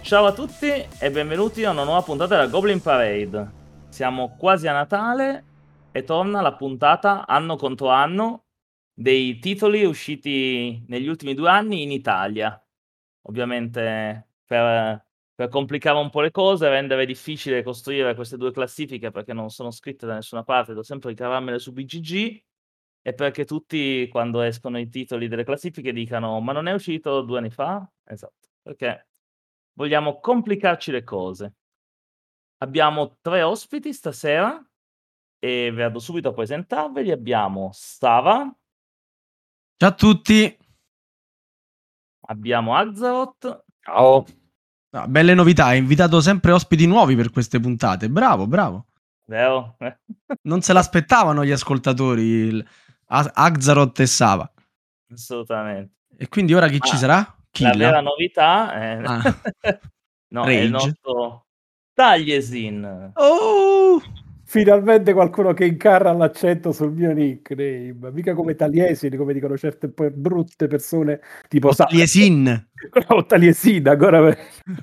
Ciao a tutti e benvenuti a una nuova puntata della Goblin Parade. Siamo quasi a Natale e torna la puntata anno contro anno dei titoli usciti negli ultimi 2 anni in Italia. Ovviamente per complicare un po' le cose, rendere difficile costruire queste 2 classifiche perché non sono scritte da nessuna parte, devo sempre ricavarmele su BGG e perché tutti quando escono i titoli delle classifiche dicano: "Ma non è uscito 2 anni fa?" Esatto, perché vogliamo complicarci le cose. Abbiamo 3 ospiti stasera e vado subito a presentarveli. Abbiamo Sava, Ciao a tutti. abbiamo Azzarot. Ciao. Belle novità, hai invitato sempre ospiti nuovi per queste puntate. Bravo, bravo. Vero? Non se l'aspettavano gli ascoltatori, Axaroth e Sava. Assolutamente. E quindi ora chi ci sarà? La Killa? vera novità è no, è il Rage. nostro Taliesin. Oh! Finalmente qualcuno che incarna l'accento sul mio nickname, mica come Taliesin, come dicono certe brutte persone tipo O Taliesin. O Taliesin, ancora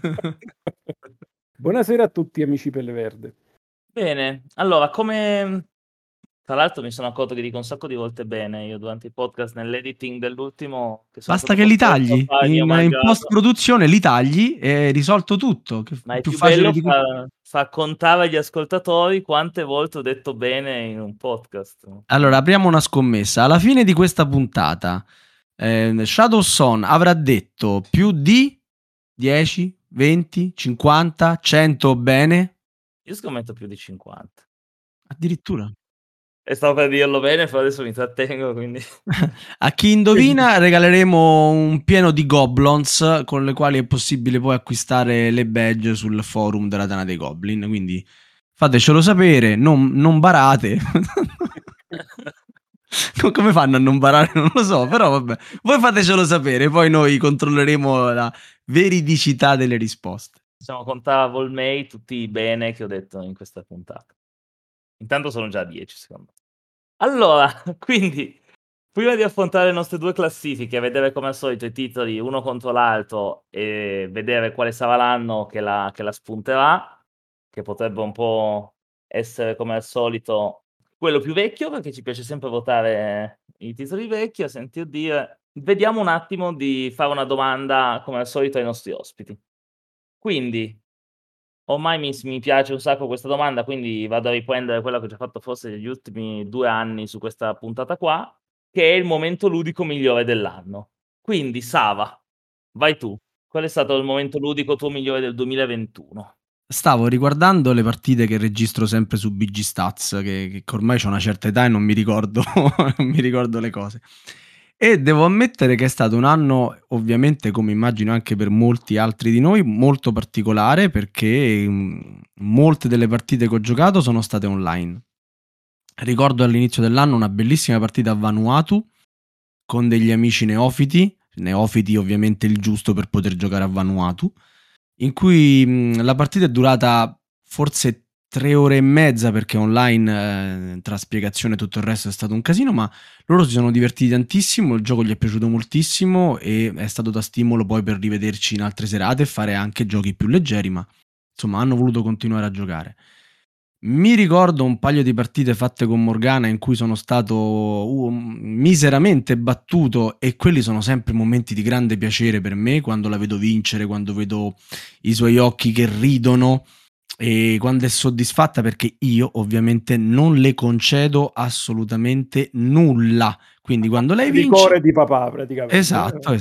Buonasera a tutti amici Pelle Verde. Bene, allora come tra l'altro mi sono accorto che dico un sacco di volte bene io durante i podcast nell'editing dell'ultimo che sono Basta stato che li costretto a tagli. fare mio In malgrado. post-produzione li tagli e risolto tutto. Che Ma è più più facile bello di così. far contare agli ascoltatori quante volte ho detto bene in un podcast. Allora, apriamo una scommessa. Alla fine di questa puntata, Shadow Son avrà detto più di 10, 20, 50, 100 bene? Io scommetto più di 50. Addirittura. E stavo per dirlo bene, però adesso mi trattengo, quindi A chi indovina regaleremo un pieno di goblins con le quali è possibile poi acquistare le badge sul forum della Tana dei Goblin. Quindi fatecelo sapere, non barate. Come fanno a non barare? Non lo so, però vabbè. Voi fatecelo sapere, poi noi controlleremo la veridicità delle risposte. possiamo contare a Volmei tutti i bene che ho detto in questa puntata. Intanto sono già 10 secondo me. Allora, quindi prima di affrontare le nostre 2 classifiche, vedere come al solito i titoli uno contro l'altro e vedere quale sarà l'anno che la spunterà, che potrebbe un po' essere come al solito quello più vecchio, perché ci piace sempre votare i titoli vecchi, a sentir dire. Vediamo un attimo di fare una domanda come al solito ai nostri ospiti. Quindi ormai mi piace un sacco questa domanda, quindi vado a riprendere quella che ho già fatto forse negli ultimi 2 anni su questa puntata qua, che è il momento ludico migliore dell'anno. Quindi Sava, vai tu. Qual è stato il momento ludico tuo migliore del 2021? Stavo riguardando le partite che registro sempre su BG Stats, che ormai c'ho una certa età e non mi ricordo, non mi ricordo le cose. E devo ammettere che è stato un anno, ovviamente, come immagino anche per molti altri di noi, molto particolare perché molte delle partite che ho giocato sono state online. Ricordo all'inizio dell'anno una bellissima partita a Vanuatu con degli amici neofiti ovviamente il giusto per poter giocare a Vanuatu, in cui la partita è durata forse 3 ore e mezza perché online tra spiegazione e tutto il resto è stato un casino, ma loro si sono divertiti tantissimo, il gioco gli è piaciuto moltissimo e è stato da stimolo poi per rivederci in altre serate e fare anche giochi più leggeri, ma insomma hanno voluto continuare a giocare. Mi ricordo un paio di partite fatte con Morgana in cui sono stato miseramente battuto e quelli sono sempre momenti di grande piacere per me quando la vedo vincere, quando vedo i suoi occhi che ridono e quando è soddisfatta perché io ovviamente non le concedo assolutamente nulla. Quindi quando lei Il vince... cuore di papà praticamente. Esatto.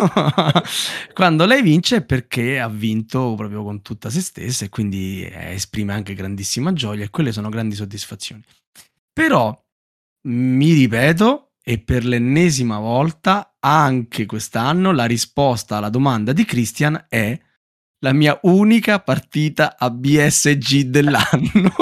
Quando lei vince è perché ha vinto proprio con tutta se stessa e quindi esprime anche grandissima gioia e quelle sono grandi soddisfazioni. Però mi ripeto e per l'ennesima volta anche quest'anno la risposta alla domanda di Christian è la mia unica partita a BSG dell'anno.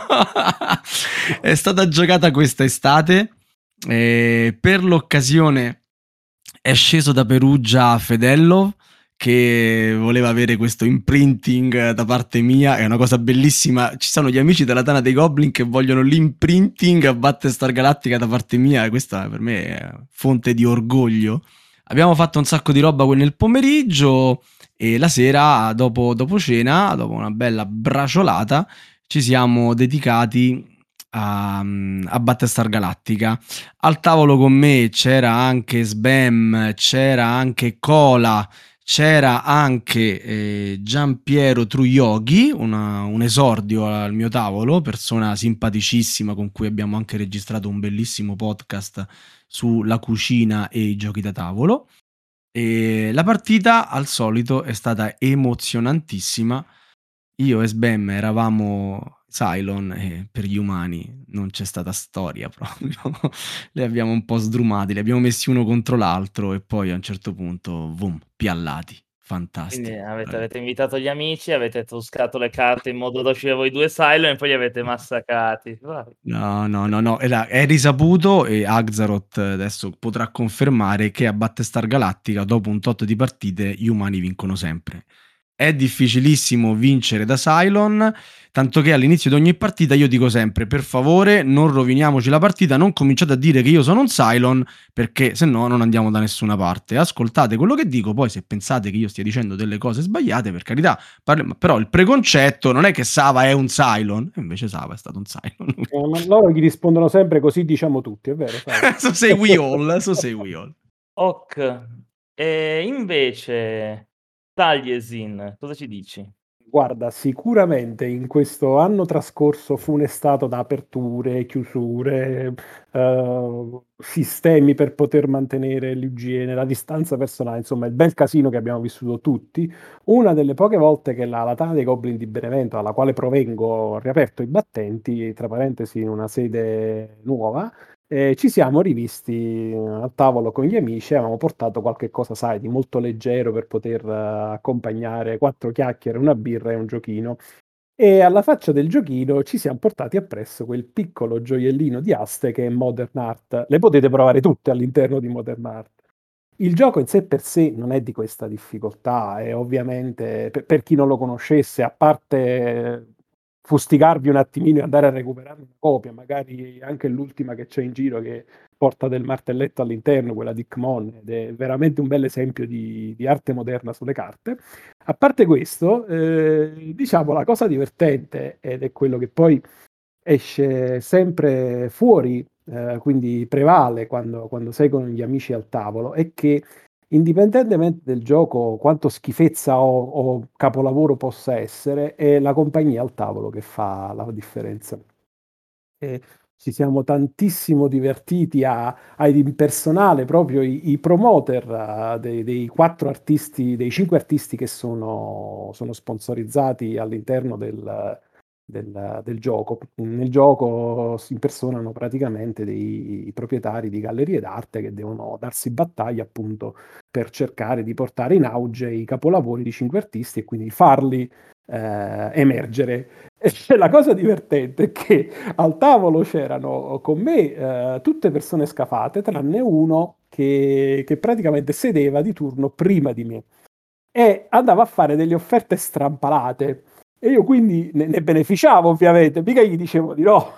È stata giocata quest'estate e per l'occasione è sceso da Perugia Fedello che voleva avere questo imprinting da parte mia, è una cosa bellissima. Ci sono gli amici della Tana dei Goblin che vogliono l'imprinting a Battlestar Galactica da parte mia e questa per me è fonte di orgoglio. Abbiamo fatto un sacco di roba nel pomeriggio E la sera, dopo cena, dopo una bella braciolata, ci siamo dedicati a Battlestar Galactica. Al tavolo con me c'era anche Sbam, c'era anche Cola, c'era anche Giampiero Truioghi, un esordio al mio tavolo, persona simpaticissima con cui abbiamo anche registrato un bellissimo podcast sulla cucina e i giochi da tavolo. E la partita, al solito, è stata emozionantissima. Io e Sbam eravamo Cylon e per gli umani non c'è stata storia proprio. Li abbiamo un po' sdrumati, li abbiamo messi uno contro l'altro e poi a un certo punto, boom, piallati. Quindi Fantastico. avete invitato gli amici, avete truscato le carte in modo da uscire voi 2 Cylon e poi li avete massacrati. Vai. No, è risaputo e Axaroth adesso potrà confermare che a Battlestar Galactica, dopo un tot di partite, gli umani vincono sempre. È difficilissimo vincere da Cylon, tanto che all'inizio di ogni partita io dico sempre: per favore, non roviniamoci la partita, non cominciate a dire che io sono un Cylon, perché se no non andiamo da nessuna parte. Ascoltate quello che dico, poi se pensate che io stia dicendo delle cose sbagliate, per carità, però il preconcetto non è che Sava è un Cylon, e invece Sava è stato un Cylon. Ma loro gli rispondono sempre così diciamo tutti, è vero? So say we all, so say we all. Ok. E invece Taliesin, cosa ci dici? Guarda, sicuramente in questo anno trascorso funestato da aperture, chiusure, sistemi per poter mantenere l'igiene, la distanza personale, insomma, il bel casino che abbiamo vissuto tutti. Una delle poche volte che la Tana dei Goblin di Benevento, dalla quale provengo, ha riaperto i battenti, tra parentesi in una sede nuova, ci siamo rivisti al tavolo con gli amici e avevamo portato qualche cosa, sai, di molto leggero per poter accompagnare 4 chiacchiere, una birra e un giochino. E alla faccia del giochino ci siamo portati appresso quel piccolo gioiellino di aste che è Modern Art. Le potete provare tutte all'interno di Modern Art. Il gioco in sé per sé non è di questa difficoltà e ovviamente per chi non lo conoscesse, a parte fustigarvi un attimino e andare a recuperare una copia, magari anche l'ultima che c'è in giro che porta del martelletto all'interno, quella di Kmon, ed è veramente un bel esempio di arte moderna sulle carte. A parte questo, diciamo la cosa divertente, ed è quello che poi esce sempre fuori, quindi prevale quando sei con gli amici al tavolo, è che indipendentemente del gioco, quanto schifezza o capolavoro possa essere, è la compagnia al tavolo che fa la differenza. E ci siamo tantissimo divertiti a impersonare proprio i promoter dei 4 artisti, dei 5 artisti che sono sponsorizzati all'interno del gioco. Nel gioco si impersonano praticamente dei proprietari di gallerie d'arte che devono darsi battaglia appunto per cercare di portare in auge i capolavori di 5 artisti e quindi farli emergere. E la cosa divertente è che al tavolo c'erano con me tutte persone scafate, tranne uno che praticamente sedeva di turno prima di me e andava a fare delle offerte strampalate. E io quindi ne beneficiavo ovviamente, mica gli dicevo di no.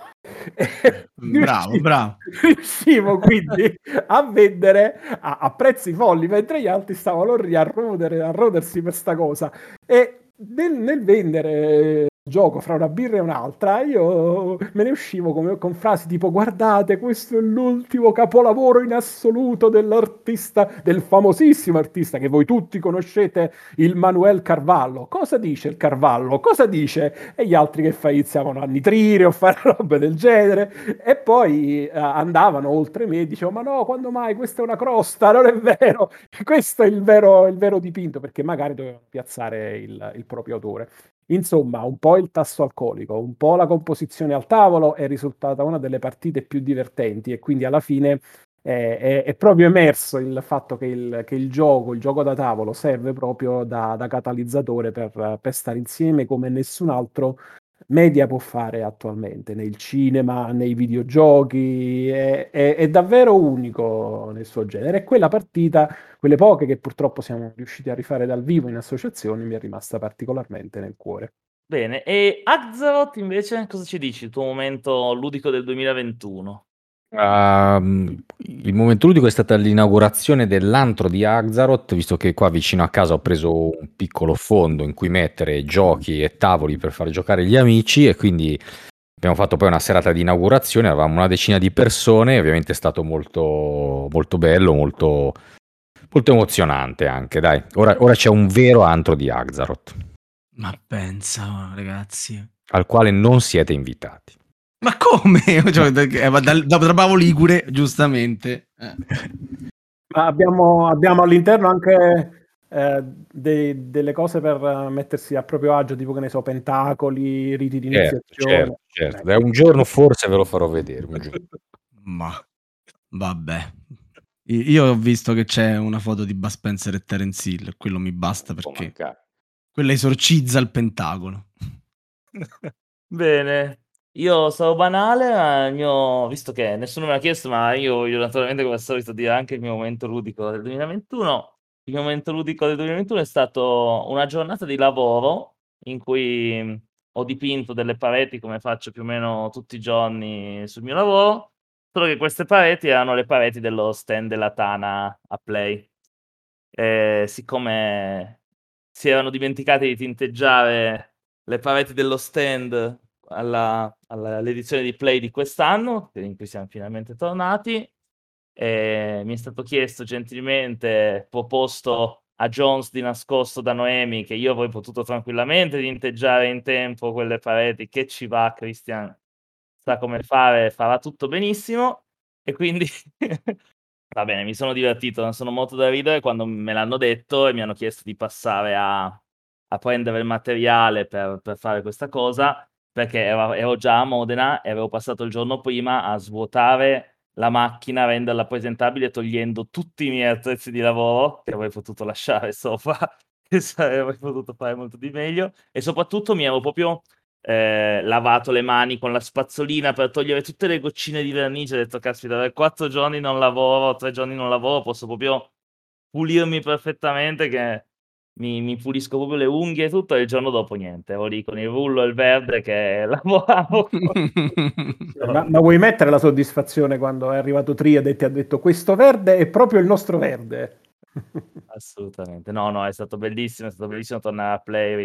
Bravo. Riuscivo quindi a vendere a prezzi folli, mentre gli altri stavano lì a rodersi per sta cosa. E nel vendere gioco fra una birra e un'altra, io me ne uscivo con frasi tipo: guardate, questo è l'ultimo capolavoro in assoluto dell'artista, del famosissimo artista che voi tutti conoscete, il Manuel Carvalho. Cosa dice il Carvalho? Cosa dice? E gli altri che iniziavano a nitrire o fare robe del genere, e poi andavano oltre me e dicevano: ma no, quando mai? Questa è una crosta, non è vero, questo è il vero dipinto, perché magari dovevano piazzare il proprio autore. Insomma, un po' il tasso alcolico, un po' la composizione al tavolo è risultata una delle partite più divertenti, e quindi alla fine è proprio emerso il fatto che il gioco da tavolo serve proprio da catalizzatore per stare insieme come nessun altro media può fare attualmente, nel cinema, nei videogiochi, è davvero unico nel suo genere. E quella partita, quelle poche che purtroppo siamo riusciti a rifare dal vivo in associazione, mi è rimasta particolarmente nel cuore. Bene, e Azeroth invece cosa ci dici? Il tuo momento ludico del 2021? Il momento ludico è stata l'inaugurazione dell'antro di Axaroth, visto che qua vicino a casa ho preso un piccolo fondo in cui mettere giochi e tavoli per far giocare gli amici, e quindi abbiamo fatto poi una serata di inaugurazione, avevamo una decina di persone, ovviamente è stato molto, molto bello, molto, molto emozionante anche, dai. Ora c'è un vero antro di Axaroth, Ma pensa, ragazzi. al quale non siete invitati. Ma come? Cioè, da Bravo Ligure, giustamente. Ma abbiamo all'interno anche delle cose per mettersi a proprio agio, tipo che ne so, pentacoli, riti di iniziazione. Certo. Beh, un giorno forse ve lo farò vedere. Un giorno. Ma vabbè. Io ho visto che c'è una foto di Bud Spencer e Terence Hill, quello mi basta perché quella esorcizza il Pentagono. Bene, io sarò banale, ma visto che nessuno me l'ha chiesto, ma io voglio naturalmente come al solito dire anche il mio momento ludico del 2021. Il mio momento ludico del 2021 è stato una giornata di lavoro in cui ho dipinto delle pareti come faccio più o meno tutti i giorni sul mio lavoro, solo che queste pareti erano le pareti dello stand della Tana a Play. Siccome si erano dimenticati di tinteggiare le pareti dello stand all'edizione di Play di quest'anno, in cui siamo finalmente tornati, mi è stato chiesto gentilmente, proposto a Jones di nascosto da Noemi, che io avrei potuto tranquillamente tinteggiare in tempo quelle pareti, che ci va, Christian sa come fare, farà tutto benissimo, e quindi va bene, mi sono divertito, sono molto da ridere quando me l'hanno detto e mi hanno chiesto di passare a prendere il materiale per fare questa cosa, perché ero già a Modena e avevo passato il giorno prima a svuotare la macchina, renderla presentabile, togliendo tutti i miei attrezzi di lavoro che avrei potuto lasciare sopra e avrei potuto fare molto di meglio, e soprattutto mi ero proprio lavato le mani con la spazzolina per togliere tutte le goccine di vernice. Ho detto, caspita, per 4 giorni non lavoro, 3 giorni non lavoro, posso proprio pulirmi perfettamente, che mi pulisco proprio le unghie e tutto, e il giorno dopo niente, ero lì con il rullo e il verde che lavoravo. Ma vuoi mettere la soddisfazione quando è arrivato Triad e ti ha detto questo verde è proprio il nostro verde? Assolutamente, no, è stato bellissimo tornare a Play,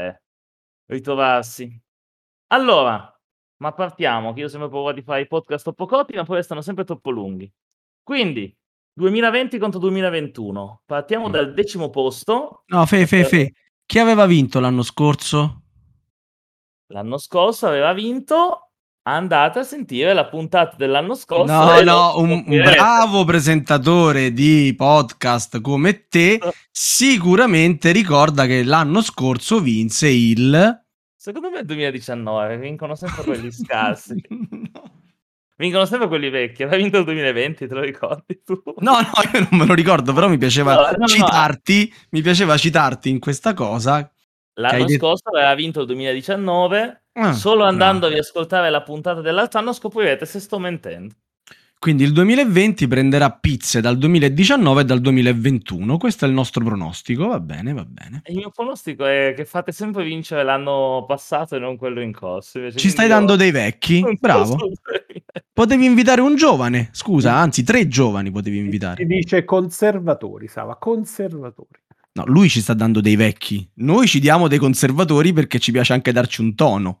ritrovarsi. Allora, ma partiamo, che io ho sempre paura di fare i podcast troppo corti, ma poi restano sempre troppo lunghi. Quindi, 2020 contro 2021. Partiamo dal 10° posto. No, Fe. Chi aveva vinto l'anno scorso? L'anno scorso aveva vinto. Andate a sentire la puntata dell'anno scorso. No, un bravo presentatore di podcast come te sicuramente ricorda che l'anno scorso vinse il... Secondo me è il 2019, vincono sempre quelli scarsi. No. Vincono sempre quelli vecchi. Aveva vinto il 2020, te lo ricordi tu? No, io non me lo ricordo, però mi piaceva citarti. Mi piaceva citarti in questa cosa. L'anno scorso aveva vinto il 2019. Solo andando a riascoltare la puntata dell'altro anno scoprirete se sto mentendo. Quindi il 2020 prenderà pizze dal 2019 e dal 2021. Questo è il nostro pronostico. Va bene. Il mio pronostico è che fate sempre vincere l'anno passato e non quello in corso. Invece ci stai dando dei vecchi? Bravo. Potevi invitare un giovane. Scusa, anzi 3 giovani potevi invitare. Si dice conservatori, Sava, conservatori. No, lui ci sta dando dei vecchi. Noi ci diamo dei conservatori perché ci piace anche darci un tono.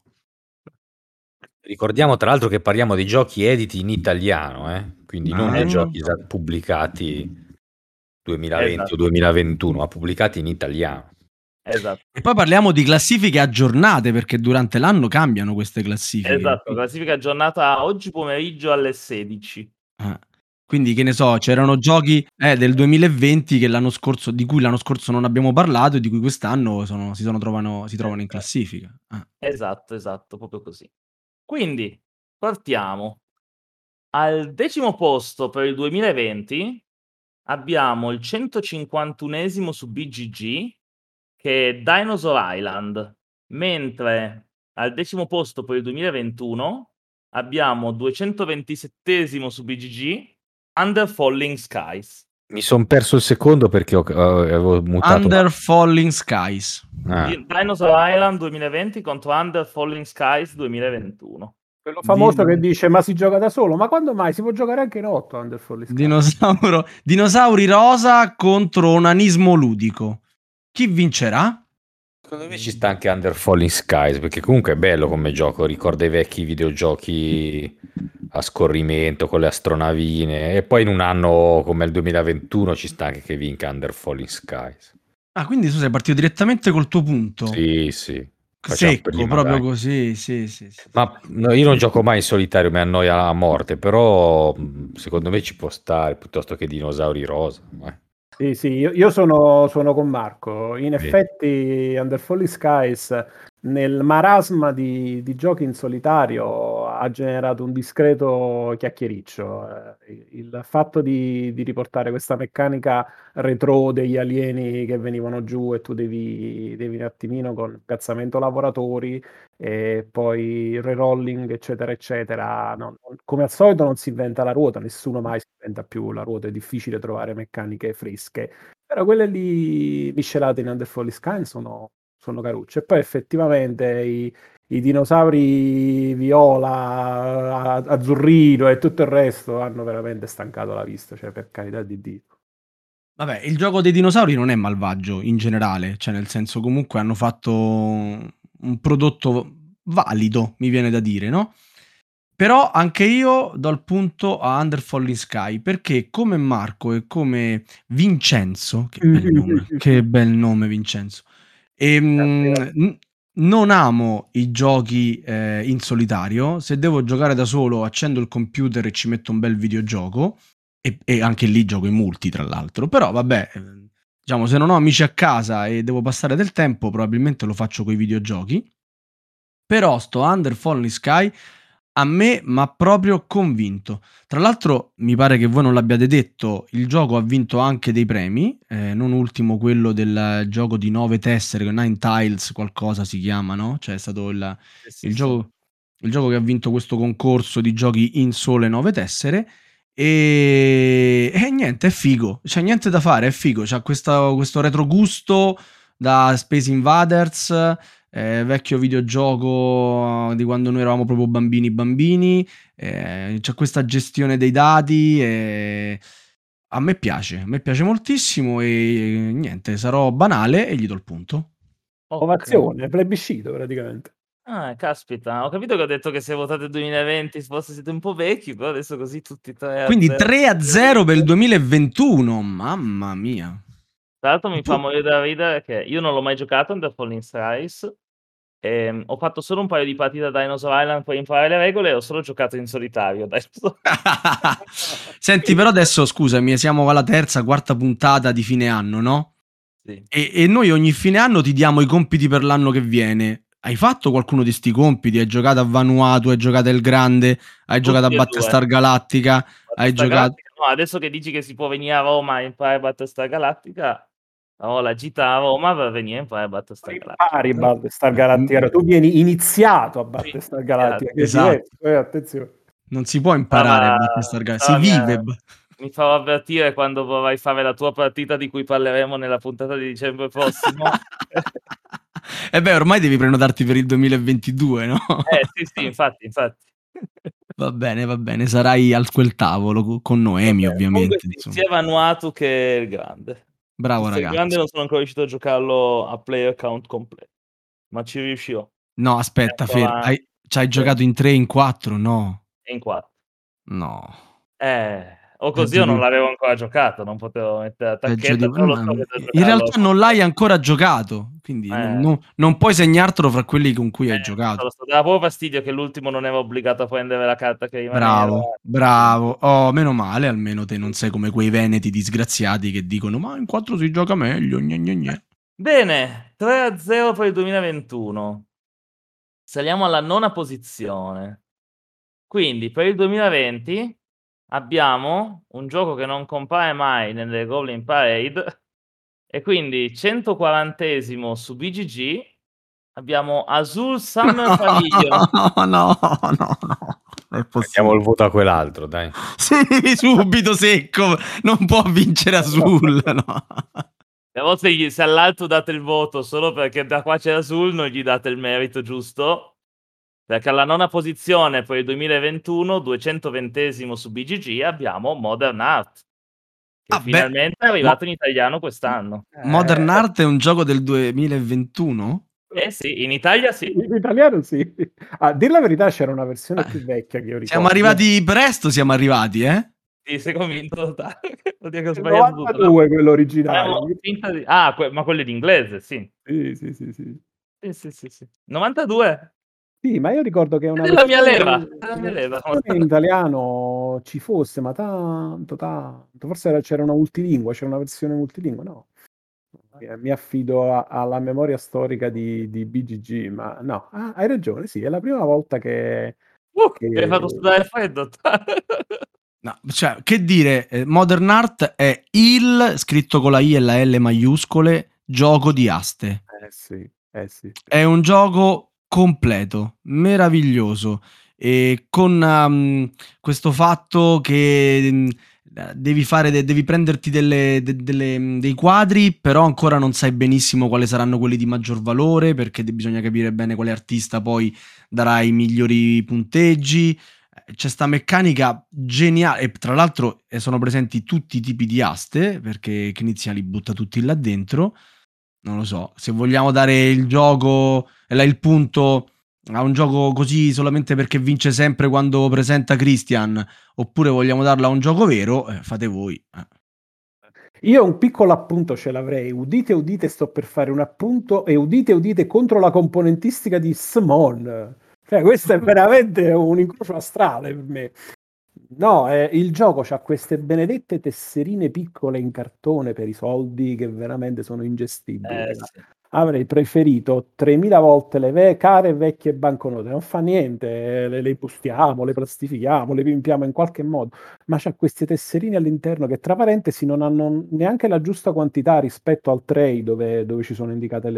Ricordiamo tra l'altro che parliamo di giochi editi in italiano, quindi non dei giochi pubblicati 2020 o 2021, ma pubblicati in italiano. Esatto. E poi parliamo di classifiche aggiornate, perché durante l'anno cambiano queste classifiche. Esatto, classifica aggiornata oggi pomeriggio alle 16. Quindi che ne so, c'erano giochi del 2020 che l'anno scorso, di cui l'anno scorso non abbiamo parlato e di cui quest'anno si trovano in classifica. Esatto, proprio così. Quindi partiamo. Al 10° posto per il 2020 abbiamo il 151esimo su BGG, che è Dinosaur Island, mentre al 10° posto per il 2021 abbiamo 227esimo su BGG, Under Falling Skies. Mi sono perso il secondo perché avevo mutato. Under Falling Skies. Dinosaur Island 2020 contro Under Falling Skies 2021. Quello famoso che dice ma si gioca da solo, ma quando mai? Si può giocare anche in 8 Under Falling Skies. Dinosauri rosa contro onanismo ludico. Chi vincerà? Secondo me ci sta anche Under Falling Skies, perché comunque è bello come gioco, ricorda i vecchi videogiochi a scorrimento con le astronavine, e poi in un anno come il 2021 ci sta anche che vinca Under Falling Skies. Ah, quindi tu sei partito direttamente col tuo punto. Sì, facciamo Secco, prima, proprio dai. così, sì. Ma no, io non gioco mai in solitario, mi annoia a morte, però secondo me ci può stare piuttosto che dinosauri rosa. Sì, io sono con Marco. In Vedi. effetti Under Falling Skies nel marasma di giochi in solitario ha generato un discreto chiacchiericcio. Il fatto di riportare questa meccanica retro degli alieni che venivano giù e tu devi un attimino con piazzamento lavoratori e poi rerolling eccetera eccetera, come al solito non si inventa la ruota, nessuno mai si inventa più la ruota, è difficile trovare meccaniche fresche, però quelle lì miscelate in Under Falling Sky sono carucce. E poi effettivamente i dinosauri viola, azzurrino e tutto il resto hanno veramente stancato la vista, cioè per carità di Dio. Vabbè, il gioco dei dinosauri non è malvagio in generale, cioè nel senso comunque hanno fatto un prodotto valido, mi viene da dire, no? Però anche io do il punto a Under Falling Sky, perché come Marco e come Vincenzo, che bel nome Vincenzo, non amo i giochi in solitario. Se devo giocare da solo accendo il computer e ci metto un bel videogioco, e anche lì gioco in multi tra l'altro, però vabbè, diciamo se non ho amici a casa e devo passare del tempo probabilmente lo faccio coi videogiochi. Però sto Under Falling Sky a me m'ha proprio convinto. Tra l'altro mi pare che voi non l'abbiate detto, il gioco ha vinto anche dei premi, non ultimo quello del gioco di 9 tessere, 9 Tiles qualcosa si chiama, no, cioè è stato il gioco che ha vinto questo concorso di giochi in sole 9 tessere, e niente, è figo, c'è niente da fare, è figo, c'ha questo retrogusto da Space Invaders, vecchio videogioco di quando noi eravamo proprio bambini, c'è questa gestione dei dati, a me piace moltissimo e niente, sarò banale e gli do il punto. Ovazione, plebiscito praticamente. Ah, caspita, ho capito che ho detto che se votate il 2020 forse siete un po' vecchi, però adesso così tutti 3-0. Quindi 3-0 per il 2021, mamma mia. Tra l'altro mi fa morire da ridere che io non l'ho mai giocato Under Falling Skies, ho fatto solo un paio di partite a Dinosaur Island per imparare le regole e ho solo giocato in solitario. Senti, però adesso scusami, siamo alla terza, quarta puntata di fine anno, no? Sì. E noi ogni fine anno ti diamo i compiti per l'anno che viene. Hai fatto qualcuno di sti compiti? Hai giocato a Vanuatu, hai giocato a El Grande, hai giocato a Battlestar Galactica, hai giocato... No, adesso che dici che si può venire a Roma e imparare Battlestar Galactica, ho la gita a Roma per venire a imparare Battlestar Galactica. Impari Battlestar Galactica, tu vieni iniziato a Battlestar Galactica, che esatto. è diverso, attenzione. Non si può imparare a Battlestar Galactica, si vive. Mi farò avvertire quando vorrai fare la tua partita di cui parleremo nella puntata di dicembre prossimo. E beh, ormai devi prenotarti per il 2022, no? Sì, infatti. Va bene, sarai al quel tavolo con Noemi, ovviamente. Sia Vanuatu che il Grande. Bravo ragazzo. Il Grande non sono ancora riuscito a giocarlo a player count completo, ma ci riuscirò. No, aspetta, ci hai giocato in 3 e in 4? No. E in 4. No. O così io non l'avevo ancora giocato, non potevo mettere la tacchetta. In realtà non l'hai ancora giocato, quindi non puoi segnartelo fra quelli con cui hai giocato. Dava proprio fastidio che l'ultimo non era obbligato a prendere la carta che rimaneva. Bravo. Oh, meno male, almeno te non sei come quei veneti disgraziati che dicono ma in 4 si gioca meglio. Gne. Bene, 3-0 per il 2021. Saliamo alla 9ª posizione. Quindi per il 2020 abbiamo un gioco che non compare mai nelle Goblin Parade, e quindi 140esimo su BGG abbiamo Azul Summer Pavilion. No. Mettiamo il voto a quell'altro, dai. Sì, subito secco, non può vincere Azul, no. E a volte se all'altro date il voto solo perché da qua c'è Azul, non gli date il merito giusto. perché alla 9ª posizione per il 2021, 220° su BGG, abbiamo Modern Art, che Ah, beh, finalmente è arrivato in italiano quest'anno. Modern Art è un gioco del 2021? Eh sì, in Italia sì. In italiano sì. A dir la verità c'era una versione più vecchia che io Siamo ricordo. arrivati presto, siamo arrivati, eh? Sì, sei convinto totale. Vuol dire che ho Il sbagliato tutto. 92 quello originale. Faremo finta di... Ah, ma quello in inglese, sì. Sì, sì, sì, sì. Sì. 92? Sì, ma io ricordo che È una della mia versione, leva. È della mia una leva. versione in italiano ci fosse, ma tanto. Forse c'era una multilingua, c'era una versione multilingua, no? Mi affido alla memoria storica di BGG, ma no, hai ragione, sì, è la prima volta che... Mi hai fatto sudare freddo. No, cioè, che dire, Modern Art è il, scritto con la I e la L maiuscole, gioco di aste. Sì. È un gioco completo, meraviglioso, e con questo fatto che devi prenderti dei quadri, però ancora non sai benissimo quali saranno quelli di maggior valore, perché bisogna capire bene quale artista poi darà i migliori punteggi. C'è sta meccanica geniale, e tra l'altro sono presenti tutti i tipi di aste, perché Knizia li butta tutti là dentro. Non lo so, se vogliamo dare il gioco, il punto a un gioco così solamente perché vince sempre quando presenta Christian, oppure vogliamo darlo a un gioco vero, fate voi. Io un piccolo appunto ce l'avrei. Udite, sto per fare un appunto, e udite contro la componentistica di Smon. Cioè, questo è veramente un incrocio astrale per me. No, il gioco ha queste benedette tesserine piccole in cartone per i soldi che veramente sono ingestibili. Sì. Avrei preferito 3000 volte le care e vecchie banconote. Non fa niente, le impostiamo, le plastifichiamo, le pimpiamo in qualche modo, ma c'ha queste tesserine all'interno che, tra parentesi, non hanno neanche la giusta quantità rispetto al tray dove ci sono indicate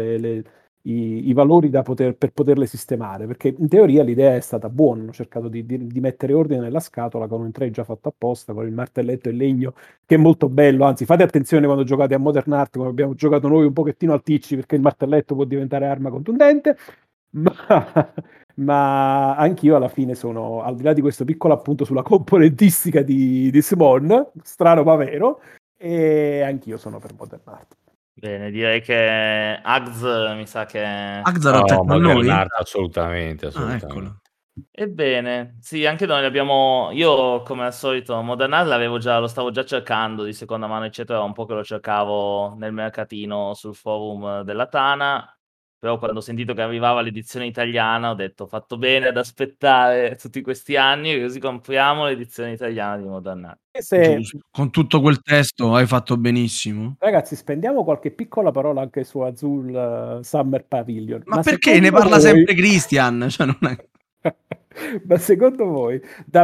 i valori per poterle sistemare, perché in teoria l'idea è stata buona. Hanno cercato di mettere ordine nella scatola con un tray già fatto apposta, con il martelletto in legno, che è molto bello. Anzi, fate attenzione quando giocate a Modern Art, come abbiamo giocato noi, un pochettino al ticci, perché il martelletto può diventare arma contundente. Ma anch'io alla fine sono, al di là di questo piccolo appunto sulla componentistica di Simon, strano ma vero, e anch'io sono per Modern Art. Bene, direi che Ags mi sa che... Axaroth è con Modern noi? Art, assolutamente. Ah, eccolo. Ebbene, sì, anche noi abbiamo... Io, come al solito, Modern Art lo stavo già cercando di seconda mano, eccetera, un po' che lo cercavo nel mercatino sul forum della Tana, però quando ho sentito che arrivava l'edizione italiana ho detto, fatto bene ad aspettare tutti questi anni, così compriamo l'edizione italiana di Modern Art. Giusto. Con tutto quel testo hai fatto benissimo. Ragazzi, spendiamo qualche piccola parola anche su Azul Summer Pavilion. Ma perché ne parla sempre Christian? Cioè, non è... Ma secondo voi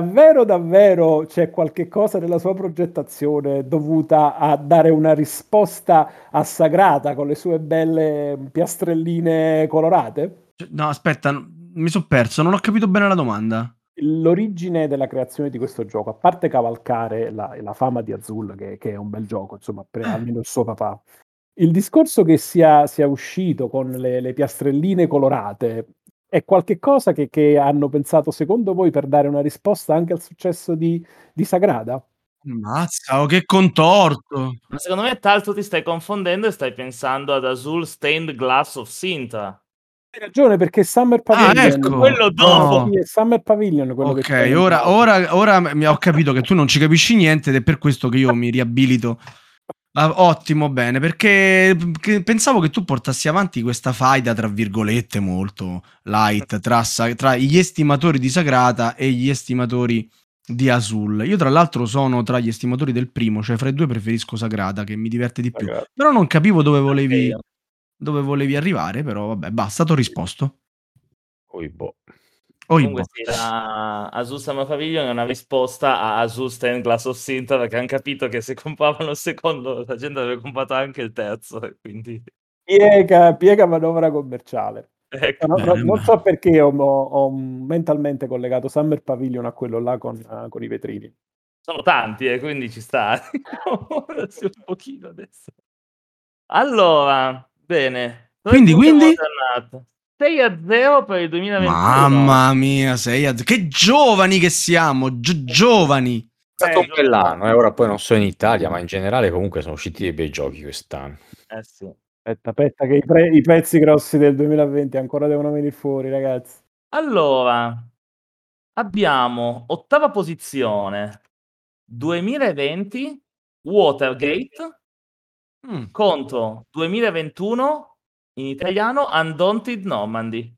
davvero c'è qualche cosa nella sua progettazione dovuta a dare una risposta assagrata con le sue belle piastrelline colorate? No, aspetta, mi sono perso, non ho capito bene la domanda. L'origine della creazione di questo gioco, a parte cavalcare la fama di Azul, che è un bel gioco, insomma, almeno il suo papà, il discorso che sia uscito con le piastrelline colorate è qualche cosa che hanno pensato, secondo voi, per dare una risposta anche al successo di Sagrada? Mazza, oh, che contorto! Ma secondo me, Talto, ti stai confondendo e stai pensando ad Azul Stained Glass of Sintra. Hai ragione, perché Summer Pavilion... ecco! Quello dopo! Sì, è Summer Pavilion quello che Ok, ora mi ho capito che tu non ci capisci niente ed è per questo che io mi riabilito. Ottimo, bene, perché pensavo che tu portassi avanti questa faida, tra virgolette, molto light, tra gli estimatori di Sagrada e gli estimatori di Azul. Io tra l'altro sono tra gli estimatori del primo, cioè fra i due preferisco Sagrada, che mi diverte di più. Però non capivo dove volevi arrivare, però vabbè, basta, t'ho risposto. Comunque sì, Azul Summer Pavilion è una risposta a Azul Stained Glass of Sintra, perché hanno capito che se compravano il secondo la gente avrebbe comprato anche il terzo, e quindi... Piega manovra commerciale. Ecco. Non so perché ho mentalmente collegato Summer Pavilion a quello là con i vetrini. Sono tanti, quindi ci sta. Un pochino adesso. Allora, bene. Quindi? Modern Art. 6-0 per il 2021. Mamma mia, che giovani che siamo, giovani. È stato un Gioca- bell'anno, ora poi non so in Italia, ma in generale comunque sono usciti dei bei giochi quest'anno. Sì. Aspetta che i pezzi grossi del 2020 ancora devono venire fuori, ragazzi. Allora, abbiamo ottava posizione 2020 Watergate Mm. contro 2021 in italiano Undaunted Normandy,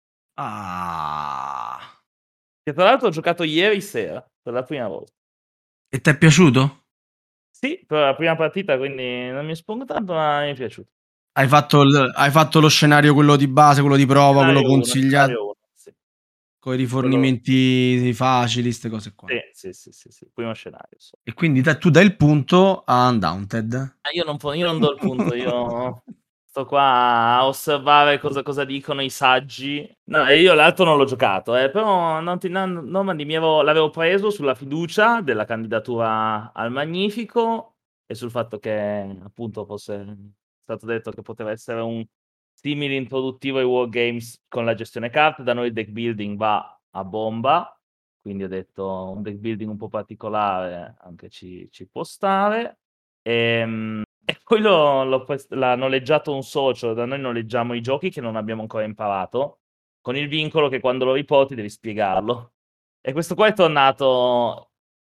Ah. che tra l'altro ho giocato ieri sera per la prima volta. E ti è piaciuto? Sì, per la prima partita, quindi non mi espongo tanto, ma mi è piaciuto. Hai fatto lo scenario quello di base, quello di prova, quello Scenario uno, consigliato, scenario uno, sì. con i rifornimenti facili, queste cose qua. Sì, primo scenario. So. E quindi tu dai il punto a Undaunted. Io non do il punto, io sto qua a osservare cosa dicono i saggi. No, e io l'altro non l'ho giocato, però Normandy l'avevo preso sulla fiducia della candidatura al Magnifico e sul fatto che appunto fosse stato detto che poteva essere un simile introduttivo ai Wargames con la gestione carte. Da noi il deck building va a bomba, quindi ho detto un deck building un po' particolare anche ci può stare. E poi l'ha noleggiato un socio. Da noi noleggiamo i giochi che non abbiamo ancora imparato, con il vincolo che quando lo riporti devi spiegarlo. E questo qua è tornato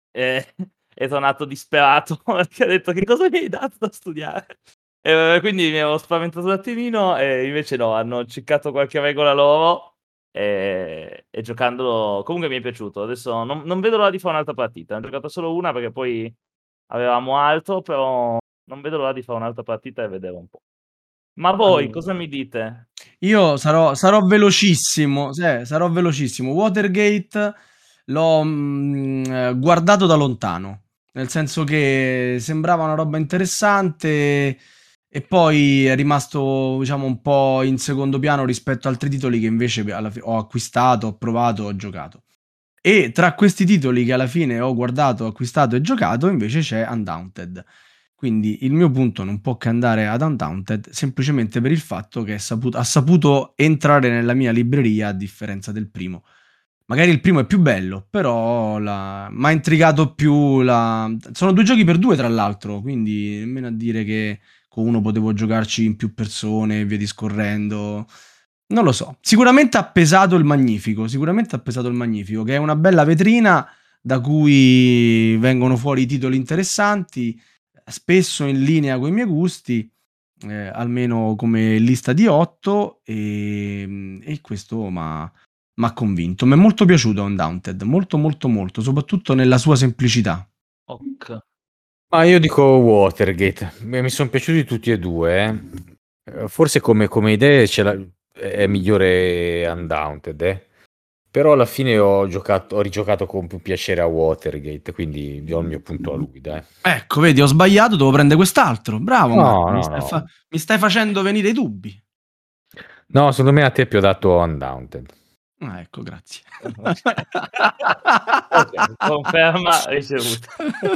è tornato disperato perché ha detto: che cosa mi hai dato da studiare? E quindi mi ero spaventato un attimino, e invece no, hanno ciccato qualche regola loro e giocandolo comunque mi è piaciuto. Adesso non vedo l'ora di fare un'altra partita. Ho giocato solo una perché poi avevamo altro, però non vedo l'ora di fare un'altra partita e vedere un po'. Ma voi Allora. cosa mi dite? Io sarò velocissimo, sarò velocissimo. Watergate l'ho guardato da lontano, nel senso che sembrava una roba interessante e poi è rimasto, diciamo, un po' in secondo piano rispetto a altri titoli che invece ho acquistato, ho provato, ho giocato. E tra questi titoli che alla fine ho guardato, acquistato e giocato, invece c'è Undaunted. Quindi il mio punto non può che andare ad Undaunted semplicemente per il fatto che ha saputo entrare nella mia libreria a differenza del primo. Magari il primo è più bello, però mi ha intrigato più Sono 2 giochi per 2 tra l'altro, quindi nemmeno a dire che con uno potevo giocarci in più persone e via discorrendo. Non lo so. Sicuramente ha pesato il Magnifico, che è una bella vetrina da cui vengono fuori titoli interessanti, spesso in linea con i miei gusti, almeno come lista di 8, e questo m'ha convinto. Mi è molto piaciuto Undaunted, molto molto molto, soprattutto nella sua semplicità. Ok. Ma io dico Watergate, mi sono piaciuti tutti e due. Forse come idee è migliore Undaunted, però alla fine ho rigiocato con più piacere a Watergate, quindi do il mio punto a lui, dai. Ecco, vedi, ho sbagliato, devo prendere quest'altro. Bravo, No, Marco, no. mi stai facendo venire i dubbi. No, secondo me a te è più adatto Undaunted. Ah, ecco, grazie. Ok, conferma ricevuta.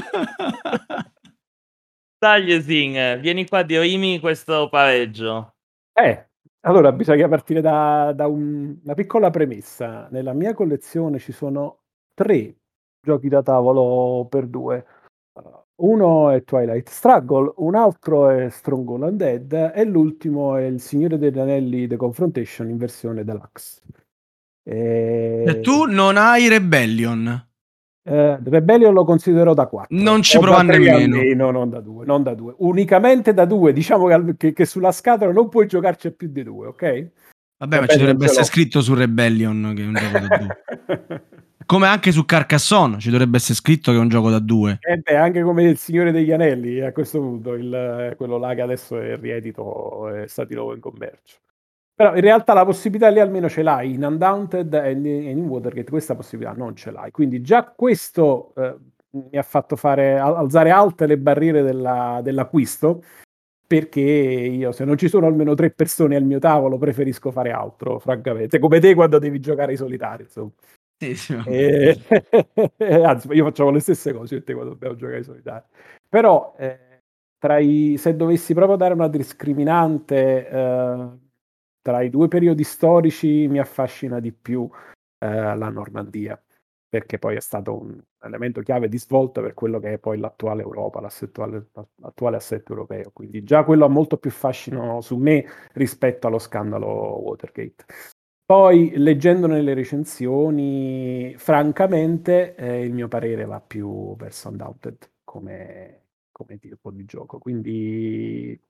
Tagliesin, vieni qua, dirimi questo pareggio. Allora bisogna partire da una piccola premessa. Nella mia collezione ci sono 3 giochi da tavolo per 2. Uno è Twilight Struggle, un altro è Stronghold Undead e l'ultimo è Il Signore degli Anelli The Confrontation in versione deluxe. Cioè, tu non hai Rebellion. Rebellion lo considero da 4. Non ci O prova da 3 nemmeno. almeno, non da 2, non da 2. Unicamente da 2. Diciamo che sulla scatola non puoi giocarci a più di 2, ok? Vabbè, ma ci dovrebbe essere scritto su Rebellion che è un gioco da 2. Come anche su Carcassonne ci dovrebbe essere scritto che è un gioco da 2. Anche come Il Signore degli Anelli a questo punto, quello là che adesso è riedito, è stato di nuovo in commercio. Però in realtà la possibilità lì almeno ce l'hai in Undaunted e in Watergate, questa possibilità non ce l'hai. Quindi già questo mi ha fatto alzare alte le barriere dell'acquisto, perché io, se non ci sono almeno 3 persone al mio tavolo, preferisco fare altro, francamente, come te quando devi giocare ai solitari, insomma. Sì, Anzi, io facciamo le stesse cose io e te quando dobbiamo giocare ai solitari. Però se dovessi proprio dare una discriminante, tra i due periodi storici mi affascina di più la Normandia, perché poi è stato un elemento chiave di svolta per quello che è poi l'attuale Europa, l'attuale assetto europeo. Quindi già quello ha molto più fascino su me rispetto allo scandalo Watergate. Poi, leggendone le recensioni, francamente, il mio parere va più verso Undaunted come tipo di gioco. Quindi,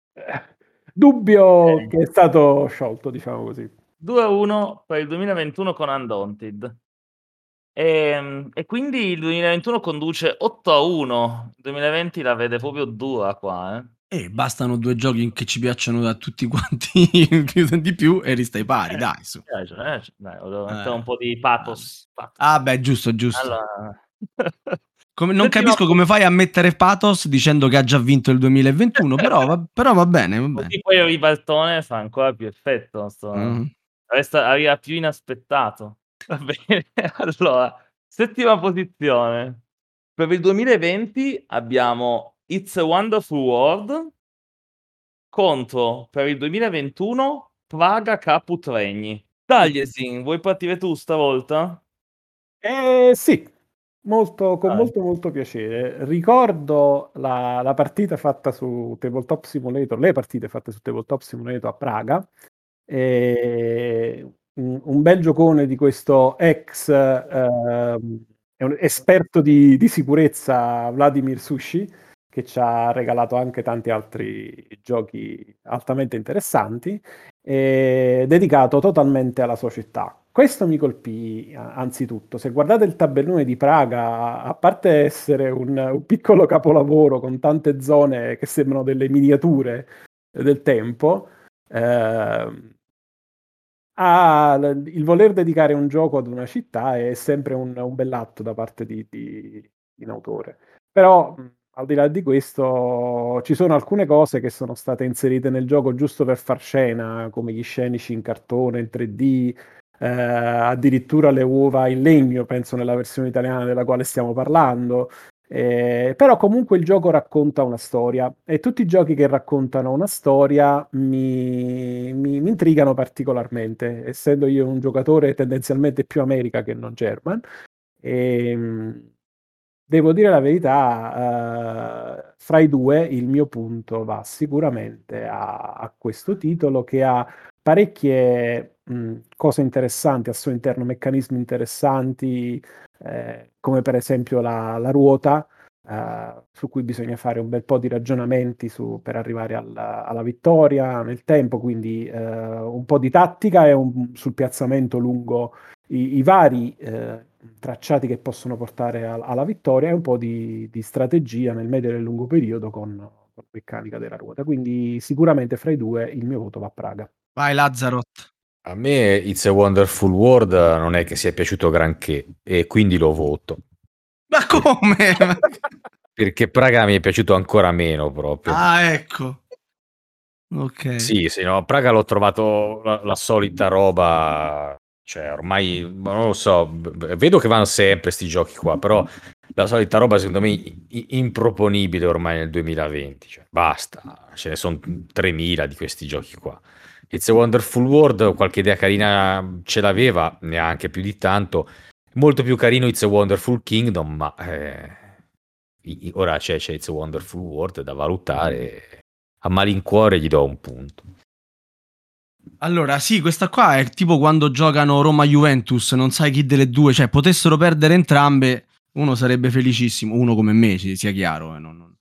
dubbio che è stato sciolto, diciamo così. 2-1 per il 2021 con Undaunted. E quindi il 2021 conduce 8-1. Il 2020 la vede proprio dura qua, bastano 2 giochi che ci piacciono da tutti quanti di più e ristai pari, dai, su. Dai, volevo mettere un po' di pathos. Beh, giusto. Allora... Non capisco come fai a mettere pathos dicendo che ha già vinto il 2021, però va bene. Così poi il ribaltone fa ancora più effetto. Arriva più inaspettato. Va bene, allora, settima posizione. Per il 2020 abbiamo It's a Wonderful World contro, per il 2021, Praga Caput Regni. Tagliesin, vuoi partire tu stavolta? Sì, con molto piacere. Ricordo la partita fatta su Tabletop Simulator, le partite fatte su Tabletop Simulator a Praga. Un bel giocone di questo ex è un esperto di sicurezza, Vladimir Sushi, che ci ha regalato anche tanti altri giochi altamente interessanti, dedicato totalmente alla sua città. Questo mi colpì anzitutto. Se guardate il tabellone di Praga, a parte essere un piccolo capolavoro con tante zone che sembrano delle miniature del tempo, il voler dedicare un gioco ad una città è sempre un bell'atto da parte di un autore. Però, al di là di questo, ci sono alcune cose che sono state inserite nel gioco giusto per far scena, come gli scenici in cartone, in 3D, addirittura le uova in legno, penso nella versione italiana della quale stiamo parlando. Però comunque il gioco racconta una storia e tutti i giochi che raccontano una storia mi intrigano particolarmente, essendo io un giocatore tendenzialmente più America che non German. Devo dire la verità, fra i due il mio punto va sicuramente a questo titolo, che ha parecchie cose interessanti al suo interno, meccanismi interessanti, come per esempio la ruota, su cui bisogna fare un bel po' di ragionamenti per arrivare alla vittoria nel tempo, quindi un po' di tattica e sul piazzamento lungo i vari tracciati che possono portare alla vittoria, e un po' di strategia nel medio e nel lungo periodo con la meccanica della ruota. Quindi sicuramente fra i due il mio voto va a Praga. Vai Lazzarot. A me It's a Wonderful World non è che sia piaciuto granché e quindi lo voto. Ma come? Perché Praga mi è piaciuto ancora meno proprio. Ecco. Ok. Sì, no, Praga l'ho trovato la solita roba, cioè ormai non lo so, vedo che vanno sempre sti giochi qua, però la solita roba secondo me improponibile ormai nel 2020, cioè basta, ce ne sono 3000 di questi giochi qua. It's a Wonderful World, qualche idea carina ce l'aveva, neanche più di tanto, molto più carino It's a Wonderful Kingdom, ma ora c'è It's a Wonderful World da valutare. A malincuore gli do un punto. Allora, sì, questa qua è tipo quando giocano Roma-Juventus, non sai chi delle due, cioè potessero perdere entrambe, uno sarebbe felicissimo, uno come me, sia chiaro.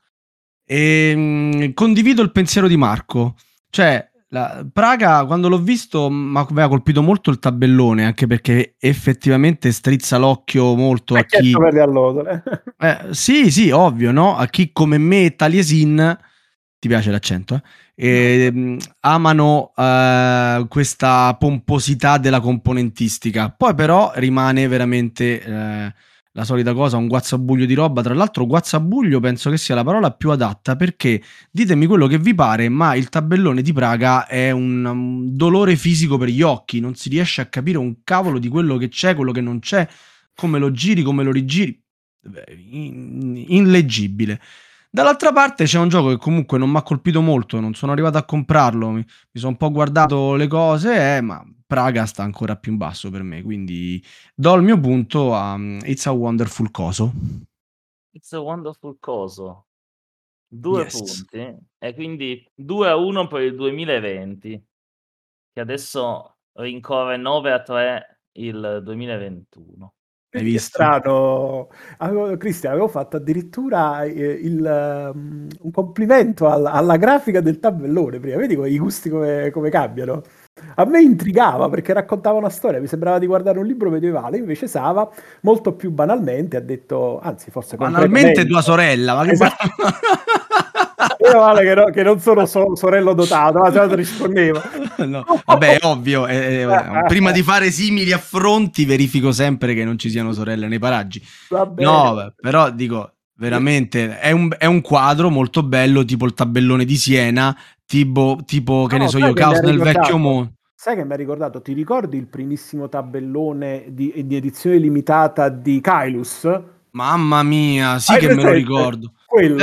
Condivido il pensiero di Marco, cioè Praga, quando l'ho visto, mi aveva colpito molto il tabellone, anche perché effettivamente strizza l'occhio molto a chi... per le allodole. Sì, ovvio, no? A chi come me e Taliesin... Ti piace l'accento? Amano questa pomposità della componentistica. Poi però rimane veramente la solita cosa, un guazzabuglio di roba. Tra l'altro guazzabuglio penso che sia la parola più adatta, perché ditemi quello che vi pare, ma il tabellone di Praga è un dolore fisico per gli occhi. Non si riesce a capire un cavolo di quello che c'è, quello che non c'è, come lo giri, come lo rigiri. Illeggibile. Dall'altra parte c'è un gioco che comunque non mi ha colpito molto, non sono arrivato a comprarlo, mi sono un po' guardato le cose, ma Praga sta ancora più in basso per me, quindi do il mio punto a It's a Wonderful Coso. It's a Wonderful Coso. 2 Yes. punti e quindi 2-1 per il 2020, che adesso rincorre 9-3 il 2021. Hai Vedi che visto? strano. Cristian, avevo fatto addirittura un complimento alla grafica del tabellone prima. Vedi i gusti come cambiano? A me intrigava perché raccontava una storia, mi sembrava di guardare un libro medievale, invece Sava, molto più banalmente, ha detto, anzi forse Banalmente concretamente. tua sorella, ma che Esatto. Meno male che non sono sorello dotato, ma se no rispondeva. No, vabbè, è ovvio, prima di fare simili affronti verifico sempre che non ci siano sorelle nei paraggi. Va bene. No, però dico, veramente, è un quadro molto bello, tipo il tabellone di Siena, tipo che ne so io, Caos nel vecchio mondo. Sai che mi ha ricordato? Ti ricordi il primissimo tabellone di edizione limitata di Kailus? Mamma mia, sì Hai che me lo presente? ricordo. Quello.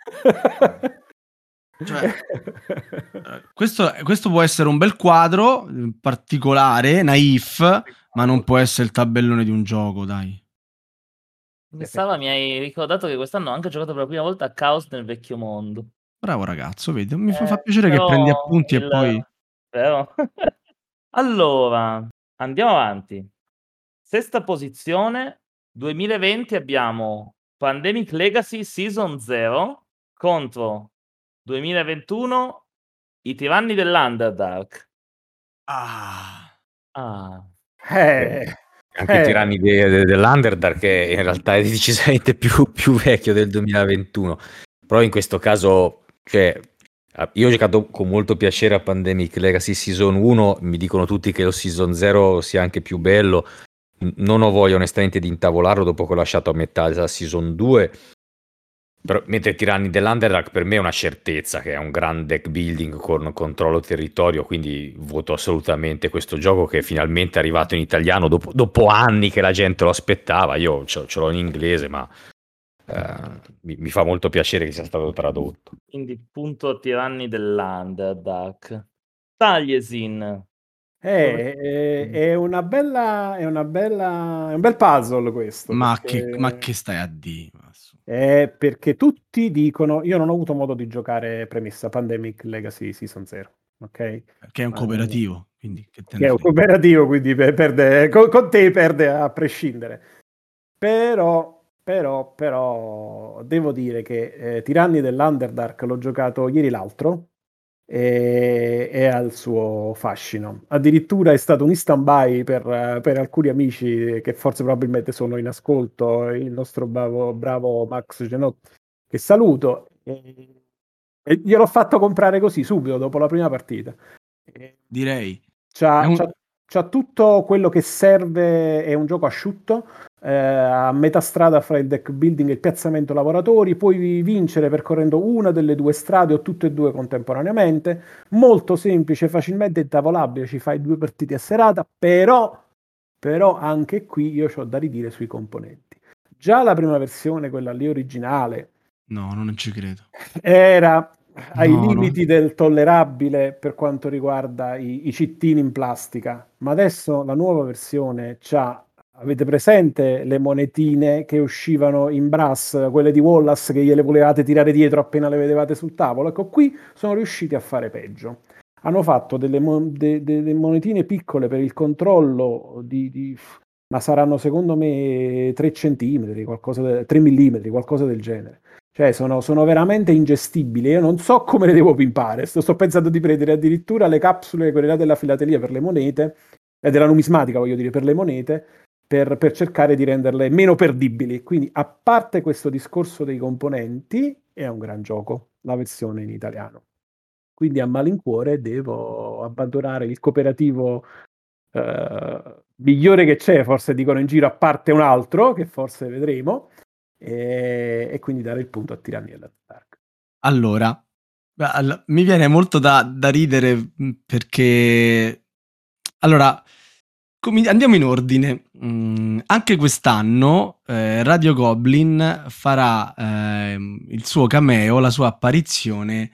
Cioè, questo può essere un bel quadro, particolare, naif, ma non può essere il tabellone di un gioco, dai. Sava, mi hai ricordato che quest'anno ho anche giocato per la prima volta a Caos nel vecchio mondo. Bravo ragazzo, vedi, mi fa piacere che Però prendi appunti e poi... Però allora, andiamo avanti. Sesta posizione, 2020 abbiamo Pandemic Legacy Season 0 contro 2021 I Tiranni dell'Underdark. Ah. Anche i Tiranni dell'Underdark, che in realtà è decisamente più vecchio del 2021. Però in questo caso, cioè, io ho giocato con molto piacere a Pandemic Legacy Season 1, mi dicono tutti che lo Season 0 sia anche più bello. Non ho voglia onestamente di intavolarlo dopo che ho lasciato a metà della Season 2. Però, mentre Tiranni dell'Underdark per me è una certezza, che è un gran deck building con controllo territorio, quindi voto assolutamente questo gioco, che è finalmente arrivato in italiano dopo anni che la gente lo aspettava. Io ce l'ho in inglese, ma mi fa molto piacere che sia stato tradotto. Quindi punto a Tiranni dell'Underdark. Taliesin. È un bel puzzle questo. Ma che stai a dire? Perché tutti dicono, io non ho avuto modo di giocare premessa Pandemic Legacy Season 0, ok? Che è un cooperativo, quindi che te ne Che è un frega. cooperativo, quindi perde, con te perde a prescindere. Però devo dire che Tiranni dell'Underdark l'ho giocato ieri l'altro e ha il suo fascino. Addirittura è stato un stand-by per alcuni amici che forse probabilmente sono in ascolto, il nostro bravo Max Genot, che saluto, e gliel'ho fatto comprare così subito dopo la prima partita. Direi. C'ha tutto quello che serve, è un gioco asciutto, a metà strada fra il deck building e il piazzamento lavoratori, puoi vincere percorrendo una delle due strade o tutte e due contemporaneamente, molto semplice, facilmente intavolabile, ci fai 2 partite a serata, però anche qui io ho da ridire sui componenti. Già la prima versione, quella lì originale, no, non ci credo, era ai no, limiti del tollerabile per quanto riguarda i cittini in plastica, ma adesso la nuova versione c'ha, avete presente le monetine che uscivano in brass, quelle di Wallace che gliele volevate tirare dietro appena le vedevate sul tavolo? Ecco, qui sono riusciti a fare peggio. Hanno fatto delle monetine piccole per il controllo ma saranno secondo me 3 centimetri, 3 millimetri, qualcosa del genere. Cioè sono veramente ingestibili. Io non so come le devo pimpare. Sto pensando di prendere addirittura le capsule, quelle là della filatelia per le monete, e della numismatica, voglio dire, per le monete, per cercare di renderle meno perdibili. Quindi, a parte questo discorso dei componenti, è un gran gioco, la versione in italiano. Quindi a malincuore devo abbandonare il cooperativo migliore che c'è, forse dicono in giro, a parte un altro, che forse vedremo, e quindi dare il punto a Tiranni dell'Underdark. Allora, mi viene molto da ridere perché... Allora, Andiamo in ordine. Anche quest'anno Radio Goblin farà il suo cameo, la sua apparizione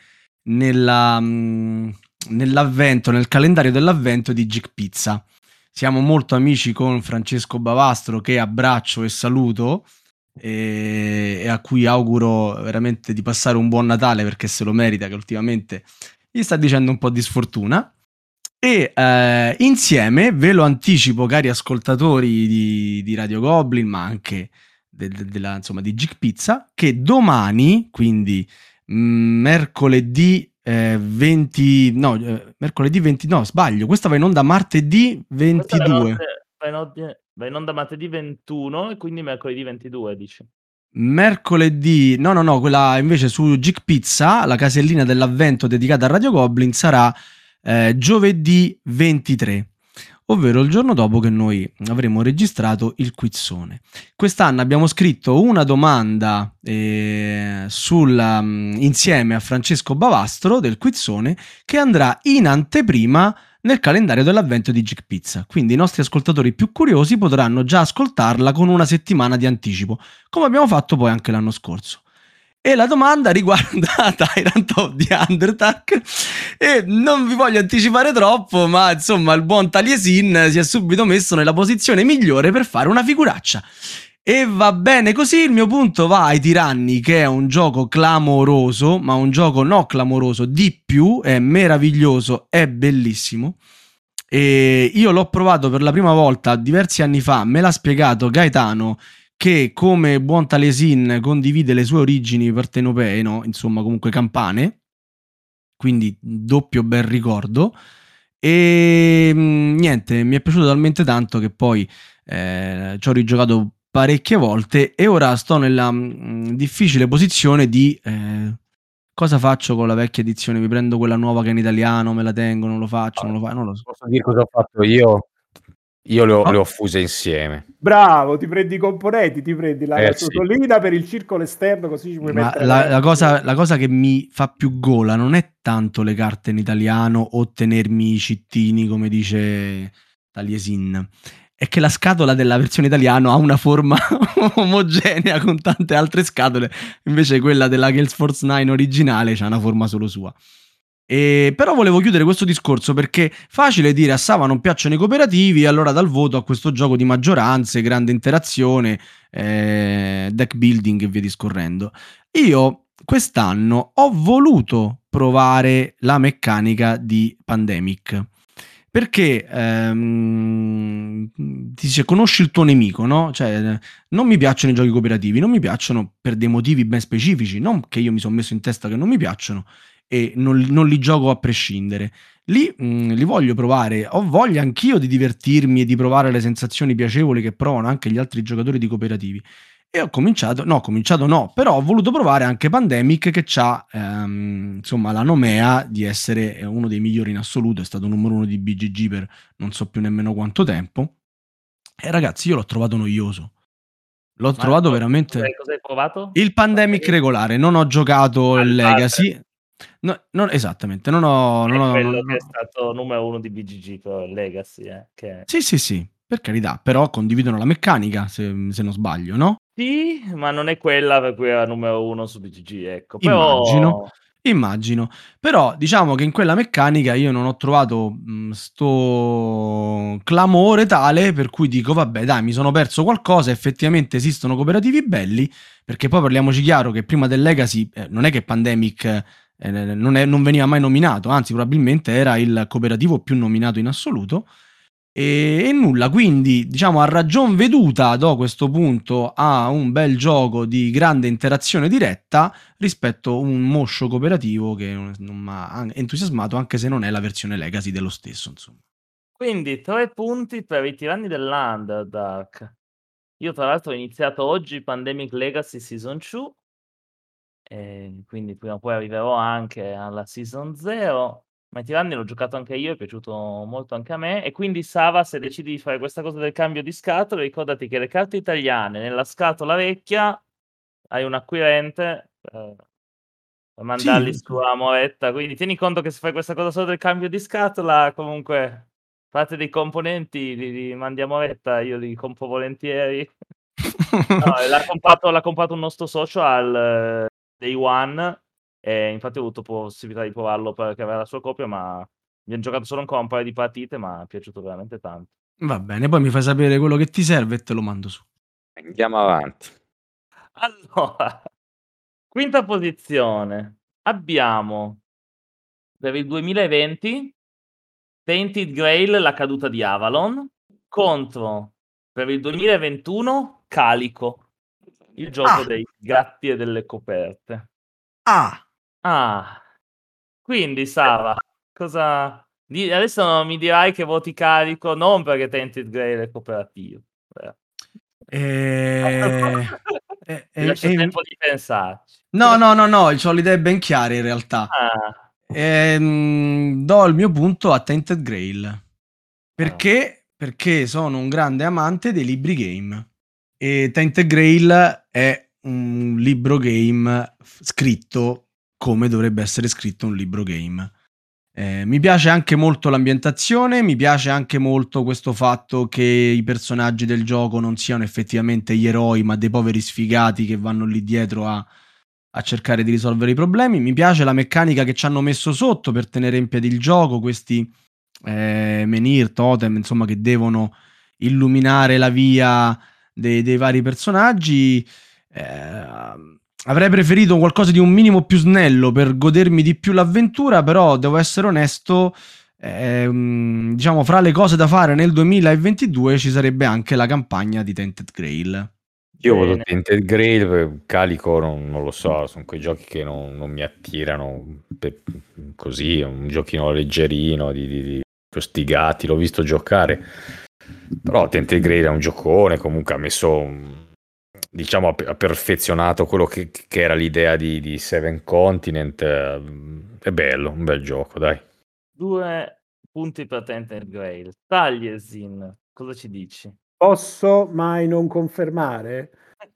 nell'avvento, nel calendario dell'avvento di Geek Pizza. Siamo molto amici con Francesco Bavastro, che abbraccio e saluto, e a cui auguro veramente di passare un buon Natale, perché se lo merita, che ultimamente gli sta dicendo un po' di sfortuna. E insieme, ve lo anticipo, cari ascoltatori di Radio Goblin, ma anche insomma, di Geek Pizza, che domani, quindi mercoledì 20, no, mercoledì 20, no, sbaglio, questa va in onda martedì Questa 22. va in onda martedì 21 e quindi mercoledì 22, dici. Mercoledì, no, quella invece su Geek Pizza, la casellina dell'avvento dedicata a Radio Goblin, sarà giovedì 23, ovvero il giorno dopo che noi avremo registrato il quizzone. Quest'anno abbiamo scritto una domanda insieme a Francesco Bavastro del quizzone, che andrà in anteprima nel calendario dell'avvento di Geek Pizza. Quindi i nostri ascoltatori più curiosi potranno già ascoltarla con una settimana di anticipo, come abbiamo fatto poi anche l'anno scorso. E la domanda riguarda Tyrant of the Underdark, e non vi voglio anticipare troppo, ma insomma il buon Taliesin si è subito messo nella posizione migliore per fare una figuraccia. E va bene così. Il mio punto va ai Tiranni, che è un gioco clamoroso, ma un gioco no clamoroso, di più, è meraviglioso, è bellissimo. E io l'ho provato per la prima volta diversi anni fa, me l'ha spiegato Gaetano, che come buon Taliesin condivide le sue origini partenopee, no? Insomma comunque campane, quindi doppio bel ricordo. E niente, mi è piaciuto talmente tanto che poi ci ho rigiocato parecchie volte e ora sto nella difficile posizione di cosa faccio con la vecchia edizione. Mi prendo quella nuova che è in italiano, me la tengo, non lo faccio, non lo so. Posso dire cosa ho fatto io? Io le Oh. ho fuse insieme. Bravo, ti prendi i componenti, ti prendi la Sì. gasolina per il circolo esterno, così ci puoi Ma mettere la cosa che mi fa più gola non è tanto le carte in italiano o tenermi i cittini, come dice Taliesin, è che la scatola della versione italiana ha una forma omogenea con tante altre scatole, invece quella della Gales Force 9 originale ha una forma solo sua. Però volevo chiudere questo discorso perché facile dire a Sava non piacciono i cooperativi, allora dal voto a questo gioco di maggioranze, grande interazione, deck building e via discorrendo. Io quest'anno ho voluto provare la meccanica di Pandemic, perché ti dice conosci il tuo nemico, no? Cioè, non mi piacciono i giochi cooperativi, non mi piacciono per dei motivi ben specifici, non che io mi sono messo in testa che non mi piacciono e non li gioco a prescindere. Li voglio provare, ho voglia anch'io di divertirmi e di provare le sensazioni piacevoli che provano anche gli altri giocatori di cooperativi. E però ho voluto provare anche Pandemic, che ha insomma la nomea di essere uno dei migliori in assoluto, è stato numero 1 di BGG per non so più nemmeno quanto tempo. E ragazzi, io l'ho trovato noioso. L'ho trovato veramente... Cosa hai provato? Il Pandemic regolare, non ho giocato il Legacy. No, esattamente, non ho... Che è stato numero 1 di BGG per Legacy. Che... Sì, per carità, però condividono la meccanica, se non sbaglio, no? Sì, ma non è quella per cui era numero 1 su BGG, ecco. Però... Immagino, però diciamo che in quella meccanica io non ho trovato sto clamore tale per cui dico vabbè dai, mi sono perso qualcosa, effettivamente esistono cooperativi belli, perché poi parliamoci chiaro che prima del Legacy non è che Pandemic non veniva mai nominato, anzi probabilmente era il cooperativo più nominato in assoluto. E nulla, quindi diciamo a ragion veduta do questo punto a un bel gioco di grande interazione diretta rispetto a un moscio cooperativo che non mi ha entusiasmato, anche se non è la versione Legacy dello stesso, insomma. Quindi 3 punti per i tiranni dell'Underdark. Io tra l'altro ho iniziato oggi Pandemic Legacy Season 2, quindi prima o poi arriverò anche alla Season 0. Ma i tiranni l'ho giocato anche io, è piaciuto molto anche a me. E quindi Sava, se decidi di fare questa cosa del cambio di scatole, ricordati che le carte italiane nella scatola vecchia hai un acquirente per mandarli Sì. su Amoretta. Quindi tieni conto che se fai questa cosa solo del cambio di scatola, comunque Fate dei componenti, li mandiamo a retta, io li compro volentieri. No, l'ha comprato un nostro socio al day one, e infatti ho avuto possibilità di provarlo perché aveva la sua copia, ma abbiamo giocato solo ancora un paio di partite, ma è piaciuto veramente tanto. Va bene, poi mi fai sapere quello che ti serve e te lo mando su. Andiamo avanti. Allora, quinta posizione. Abbiamo per il 2020 Tainted Grail, la caduta di Avalon, contro per il 2021 Calico, il gioco dei gatti e delle coperte. Quindi Sava, cosa adesso mi dirai che voti Calico non perché Tainted Grail è cooperativo. Ti lascio tempo di pensarci. No, c'ho le idee ben chiare in realtà. Do il mio punto a Tainted Grail. Perché? Perché sono un grande amante dei libri game. E Tainted Grail è un libro game scritto come dovrebbe essere scritto un libro game. Mi piace anche molto l'ambientazione, mi piace anche molto questo fatto che i personaggi del gioco non siano effettivamente gli eroi, ma dei poveri sfigati che vanno lì dietro a cercare di risolvere i problemi. Mi piace la meccanica che ci hanno messo sotto per tenere in piedi il gioco, questi menhir, totem, insomma, che devono illuminare la via dei vari personaggi. Avrei preferito qualcosa di un minimo più snello per godermi di più l'avventura, però devo essere onesto, diciamo, fra le cose da fare nel 2022 ci sarebbe anche la campagna di Tainted Grail. Io voto Tainted Grail, Calico non lo so, sono quei giochi che non mi attirano così, è un giochino leggerino di questi gatti, l'ho visto giocare, però Tainted Grail è un giocone, comunque ha messo, diciamo, ha perfezionato quello che era l'idea di Seven Continent, è bello, un bel gioco, dai. 2 punti per Tainted Grail. Taliesin, cosa ci dici? Posso mai non confermare?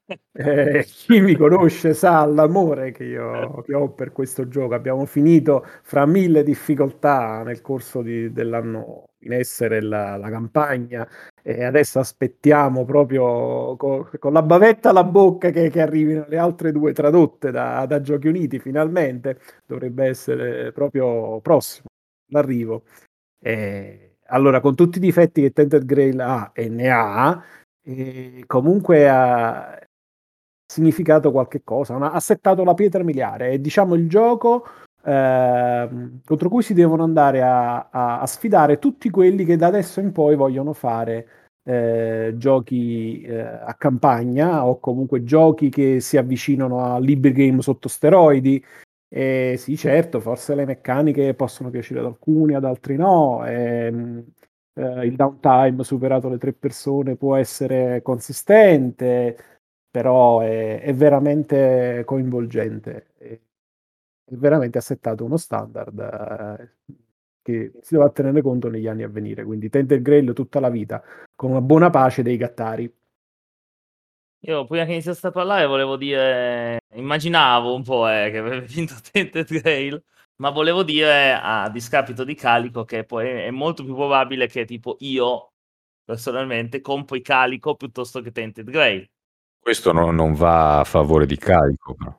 Chi mi conosce sa l'amore che ho per questo gioco. Abbiamo finito fra 1000 difficoltà nel corso dell'anno in essere la campagna, e adesso aspettiamo proprio con la bavetta alla bocca che arrivino le altre 2 tradotte da Giochi Uniti. Finalmente dovrebbe essere proprio prossimo l'arrivo. Allora, con tutti i difetti che Tainted Grail ha, e ne ha, comunque ha significato qualche cosa, ha settato la pietra miliare, è, diciamo, il gioco contro cui si devono andare a sfidare tutti quelli che da adesso in poi vogliono fare giochi a campagna, o comunque giochi che si avvicinano a libri game sotto steroidi. Sì, certo, forse le meccaniche possono piacere ad alcuni, ad altri no. Il downtime superato le 3 persone può essere consistente, però è veramente coinvolgente. È veramente assettato uno standard che si dovrà tenere conto negli anni a venire. Quindi Tainted Grail tutta la vita, con una buona pace dei gattari. Io prima che iniziaste a parlare volevo dire, immaginavo un po' che avrebbe vinto Tainted Grail, ma volevo dire, a discapito di Calico, che poi è molto più probabile che tipo io personalmente compri Calico piuttosto che Tainted Grail. Questo non va a favore di Calico, però.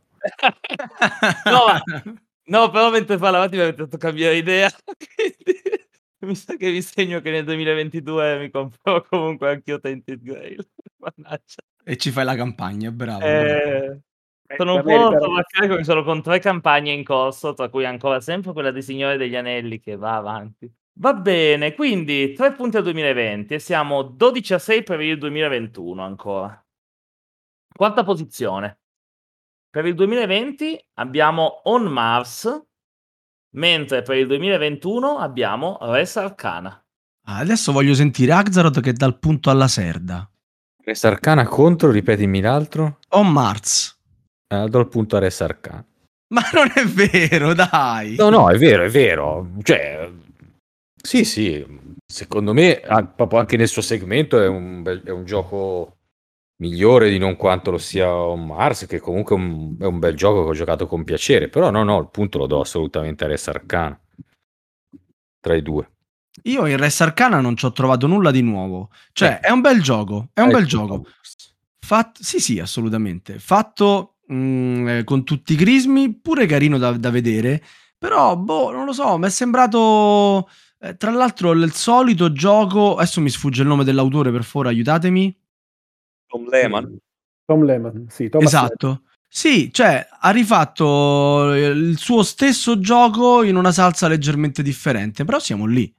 No, però mentre parlavate mi avete fatto cambiare idea, quindi mi sa che vi segno che nel 2022 mi compro comunque anch'io Tainted Grail. Mannaggia. E ci fai la campagna, bravo. Sono un po' sovraccarico, che sono con 3 campagne in corso, tra cui ancora sempre quella di Signore degli Anelli che va avanti. Va bene, quindi 3 punti al 2020 e siamo 12-6 per il 2021 ancora. Quarta posizione. Per il 2020 abbiamo On Mars, mentre per il 2021 abbiamo Res Arcana. Adesso voglio sentire Axaroth che dà il punto alla Serda. Res Arcana contro, ripetimi l'altro. On Mars. Do il punto a Res Arcana. Ma non è vero, dai. No, è vero. Cioè, sì, secondo me, proprio anche nel suo segmento è un gioco migliore di non quanto lo sia On Mars, che comunque è un bel gioco che ho giocato con piacere, però no, il punto lo do assolutamente a Res Arcana tra i due. Io in Res Arcana non ci ho trovato nulla di nuovo. Cioè, è un bel gioco, è un bel gioco. Sì, assolutamente. Fatto con tutti i crismi, pure carino da vedere. Però, non lo so, mi è sembrato... tra l'altro, il solito gioco... Adesso mi sfugge il nome dell'autore, per favore, aiutatemi. Tom Lehman? Tom Lehman, sì, Thomas Esatto. Sì, cioè, ha rifatto il suo stesso gioco in una salsa leggermente differente, però siamo lì.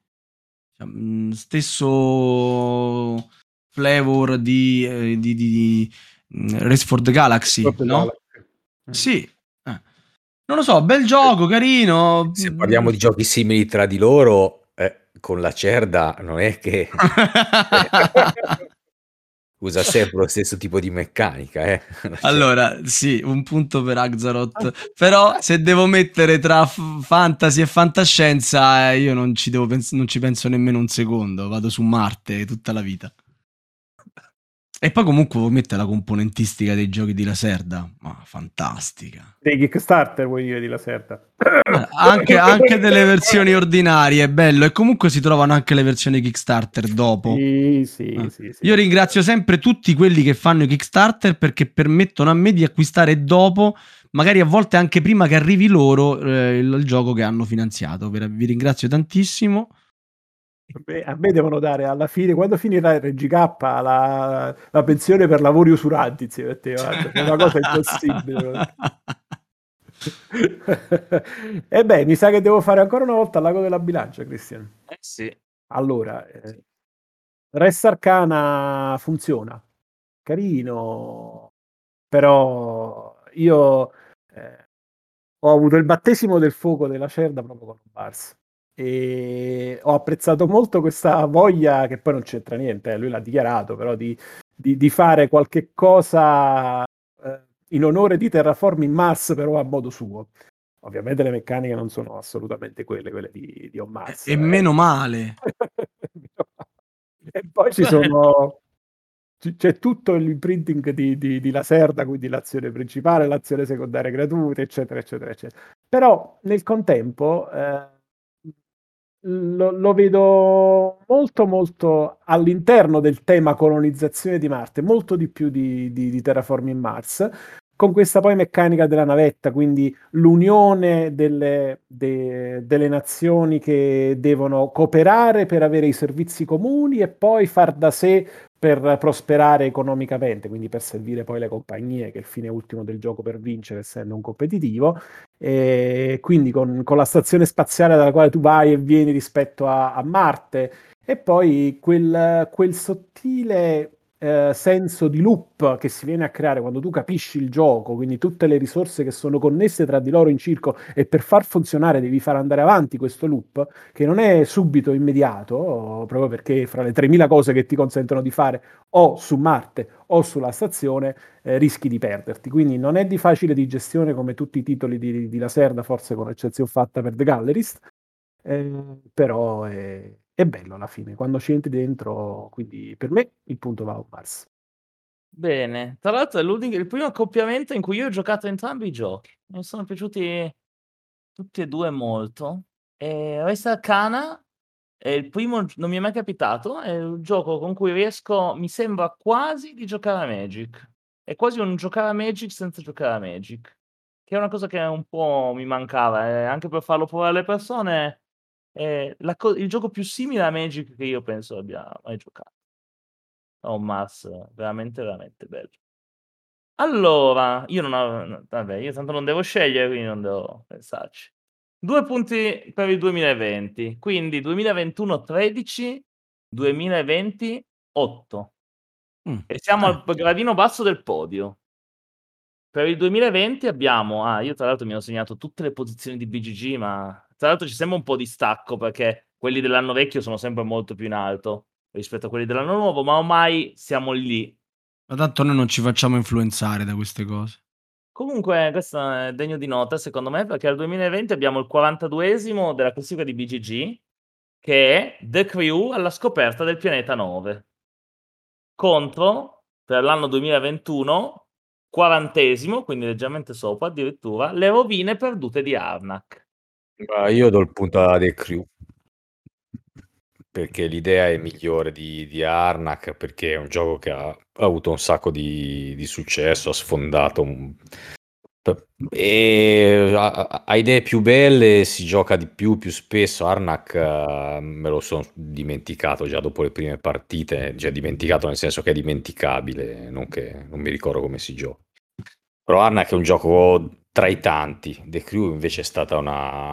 Stesso flavor di Race for the Galaxy, For the no? Galaxy. Sì. Non lo so, bel gioco, carino. Se parliamo di giochi simili tra di loro, con la Cerda non è che usa sempre lo stesso tipo di meccanica, Allora, sì, un punto per Axaroth. Però se devo mettere tra fantasy e fantascienza, io non ci penso nemmeno un secondo. Vado su Marte tutta la vita. E poi comunque mette la componentistica dei giochi di Lacerda, ma fantastica. Dei Kickstarter, vuoi dire, di Lacerda? Anche delle versioni ordinarie, è bello. E comunque si trovano anche le versioni Kickstarter dopo. Sì. Io ringrazio sempre tutti quelli che fanno i Kickstarter perché permettono a me di acquistare dopo, magari a volte anche prima che arrivi loro, il gioco che hanno finanziato. Vi ringrazio tantissimo. A me devono dare alla fine, quando finirà il RGK, la pensione per lavori usuranti, guarda, è una cosa impossibile. E beh, mi sa che devo fare ancora una volta l'ago della bilancia, Cristian. Sì. Allora, Res Arcana funziona, carino, però io ho avuto il battesimo del fuoco della Cerda proprio con Bars e ho apprezzato molto questa voglia, che poi non c'entra niente, lui l'ha dichiarato, però di fare qualche cosa in onore di Terraforming Mars, però a modo suo. Ovviamente le meccaniche non sono assolutamente quelle di On Mars. E meno male. E poi c'è tutto l'imprinting di Lacerda, quindi l'azione principale, l'azione secondaria gratuita, eccetera, eccetera, eccetera. Però nel contempo lo vedo molto, molto all'interno del tema colonizzazione di Marte, molto di più di Terraforming Mars, con questa poi meccanica della navetta, quindi l'unione delle nazioni che devono cooperare per avere i servizi comuni e poi far da sé per prosperare economicamente, quindi per servire poi le compagnie, che è il fine ultimo del gioco per vincere, essendo un competitivo, e quindi con la stazione spaziale dalla quale tu vai e vieni rispetto a Marte, e poi quel sottile senso di loop che si viene a creare quando tu capisci il gioco, quindi tutte le risorse che sono connesse tra di loro in circolo, e per far funzionare devi far andare avanti questo loop, che non è subito immediato, proprio perché fra le 3000 cose che ti consentono di fare o su Marte o sulla stazione rischi di perderti, quindi non è di facile di gestione come tutti i titoli di Lacerda, forse con eccezione fatta per The Gallerist, però è bello alla fine quando ci entri dentro, quindi per me il punto va a Mars. Bene, tra l'altro è il primo accoppiamento in cui io ho giocato entrambi i giochi. Mi sono piaciuti tutti e due molto. Res Arcana è il primo, non mi è mai capitato, è un gioco con cui mi sembra quasi di giocare a Magic. È quasi un giocare a Magic senza giocare a Magic, che è una cosa che un po' mi mancava, anche per farlo provare alle persone. È il gioco più simile a Magic che io penso abbia mai giocato. Oh, Mars, veramente, veramente bello. Allora, io non ho vabbè, io tanto non devo scegliere, quindi non devo pensarci. 2 punti per il 2020, quindi 2021 13, 2020 8. E siamo al gradino basso del podio. Per il 2020 abbiamo io tra l'altro mi ero segnato tutte le posizioni di BGG, ma tra l'altro ci sembra un po' di stacco, perché quelli dell'anno vecchio sono sempre molto più in alto rispetto a quelli dell'anno nuovo, ma ormai siamo lì. Ma tanto noi non ci facciamo influenzare da queste cose. Comunque questo è degno di nota secondo me, perché al 2020 abbiamo il 42esimo della classifica di BGG, che è The Crew alla scoperta del pianeta 9. Contro, per l'anno 2021, 40esimo, quindi leggermente sopra addirittura, le rovine perdute di Arnak. Io do il punto a The Crew. perché l'idea è migliore di Arnak, perché è un gioco che ha avuto un sacco di successo, ha sfondato e ha idee più belle, si gioca di più spesso. Arnak me lo sono dimenticato già dopo le prime partite, cioè dimenticato nel senso che è dimenticabile, non che non mi ricordo come si gioca. Però Arnak è un gioco tra i tanti. The Crew invece è stata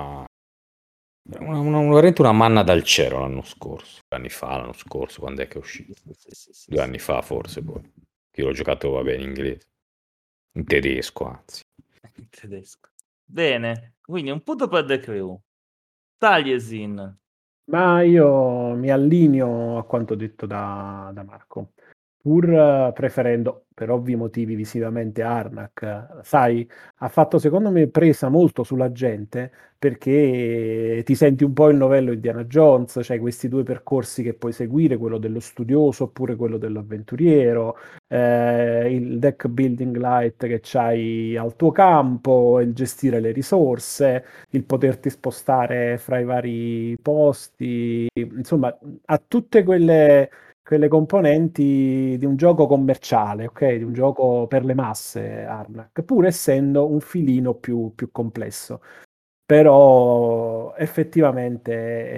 veramente una manna dal cielo l'anno scorso, 2 anni fa, l'anno scorso, quando è che è uscito? Sì. 2 anni fa forse poi. Io l'ho giocato, vabbè, in inglese, in tedesco anzi. In tedesco. Bene, quindi un punto per The Crew. Taliesin. Ma io mi allineo a quanto detto da Marco, pur preferendo per ovvi motivi visivamente Arnak. Sai, ha fatto secondo me presa molto sulla gente perché ti senti un po' il novello Indiana Jones, c'hai questi due percorsi che puoi seguire, quello dello studioso oppure quello dell'avventuriero, il deck building light che c'hai al tuo campo, il gestire le risorse, il poterti spostare fra i vari posti, insomma, ha tutte quelle componenti di un gioco commerciale, ok? Di un gioco per le masse, Arnak, pur essendo un filino più complesso. Però effettivamente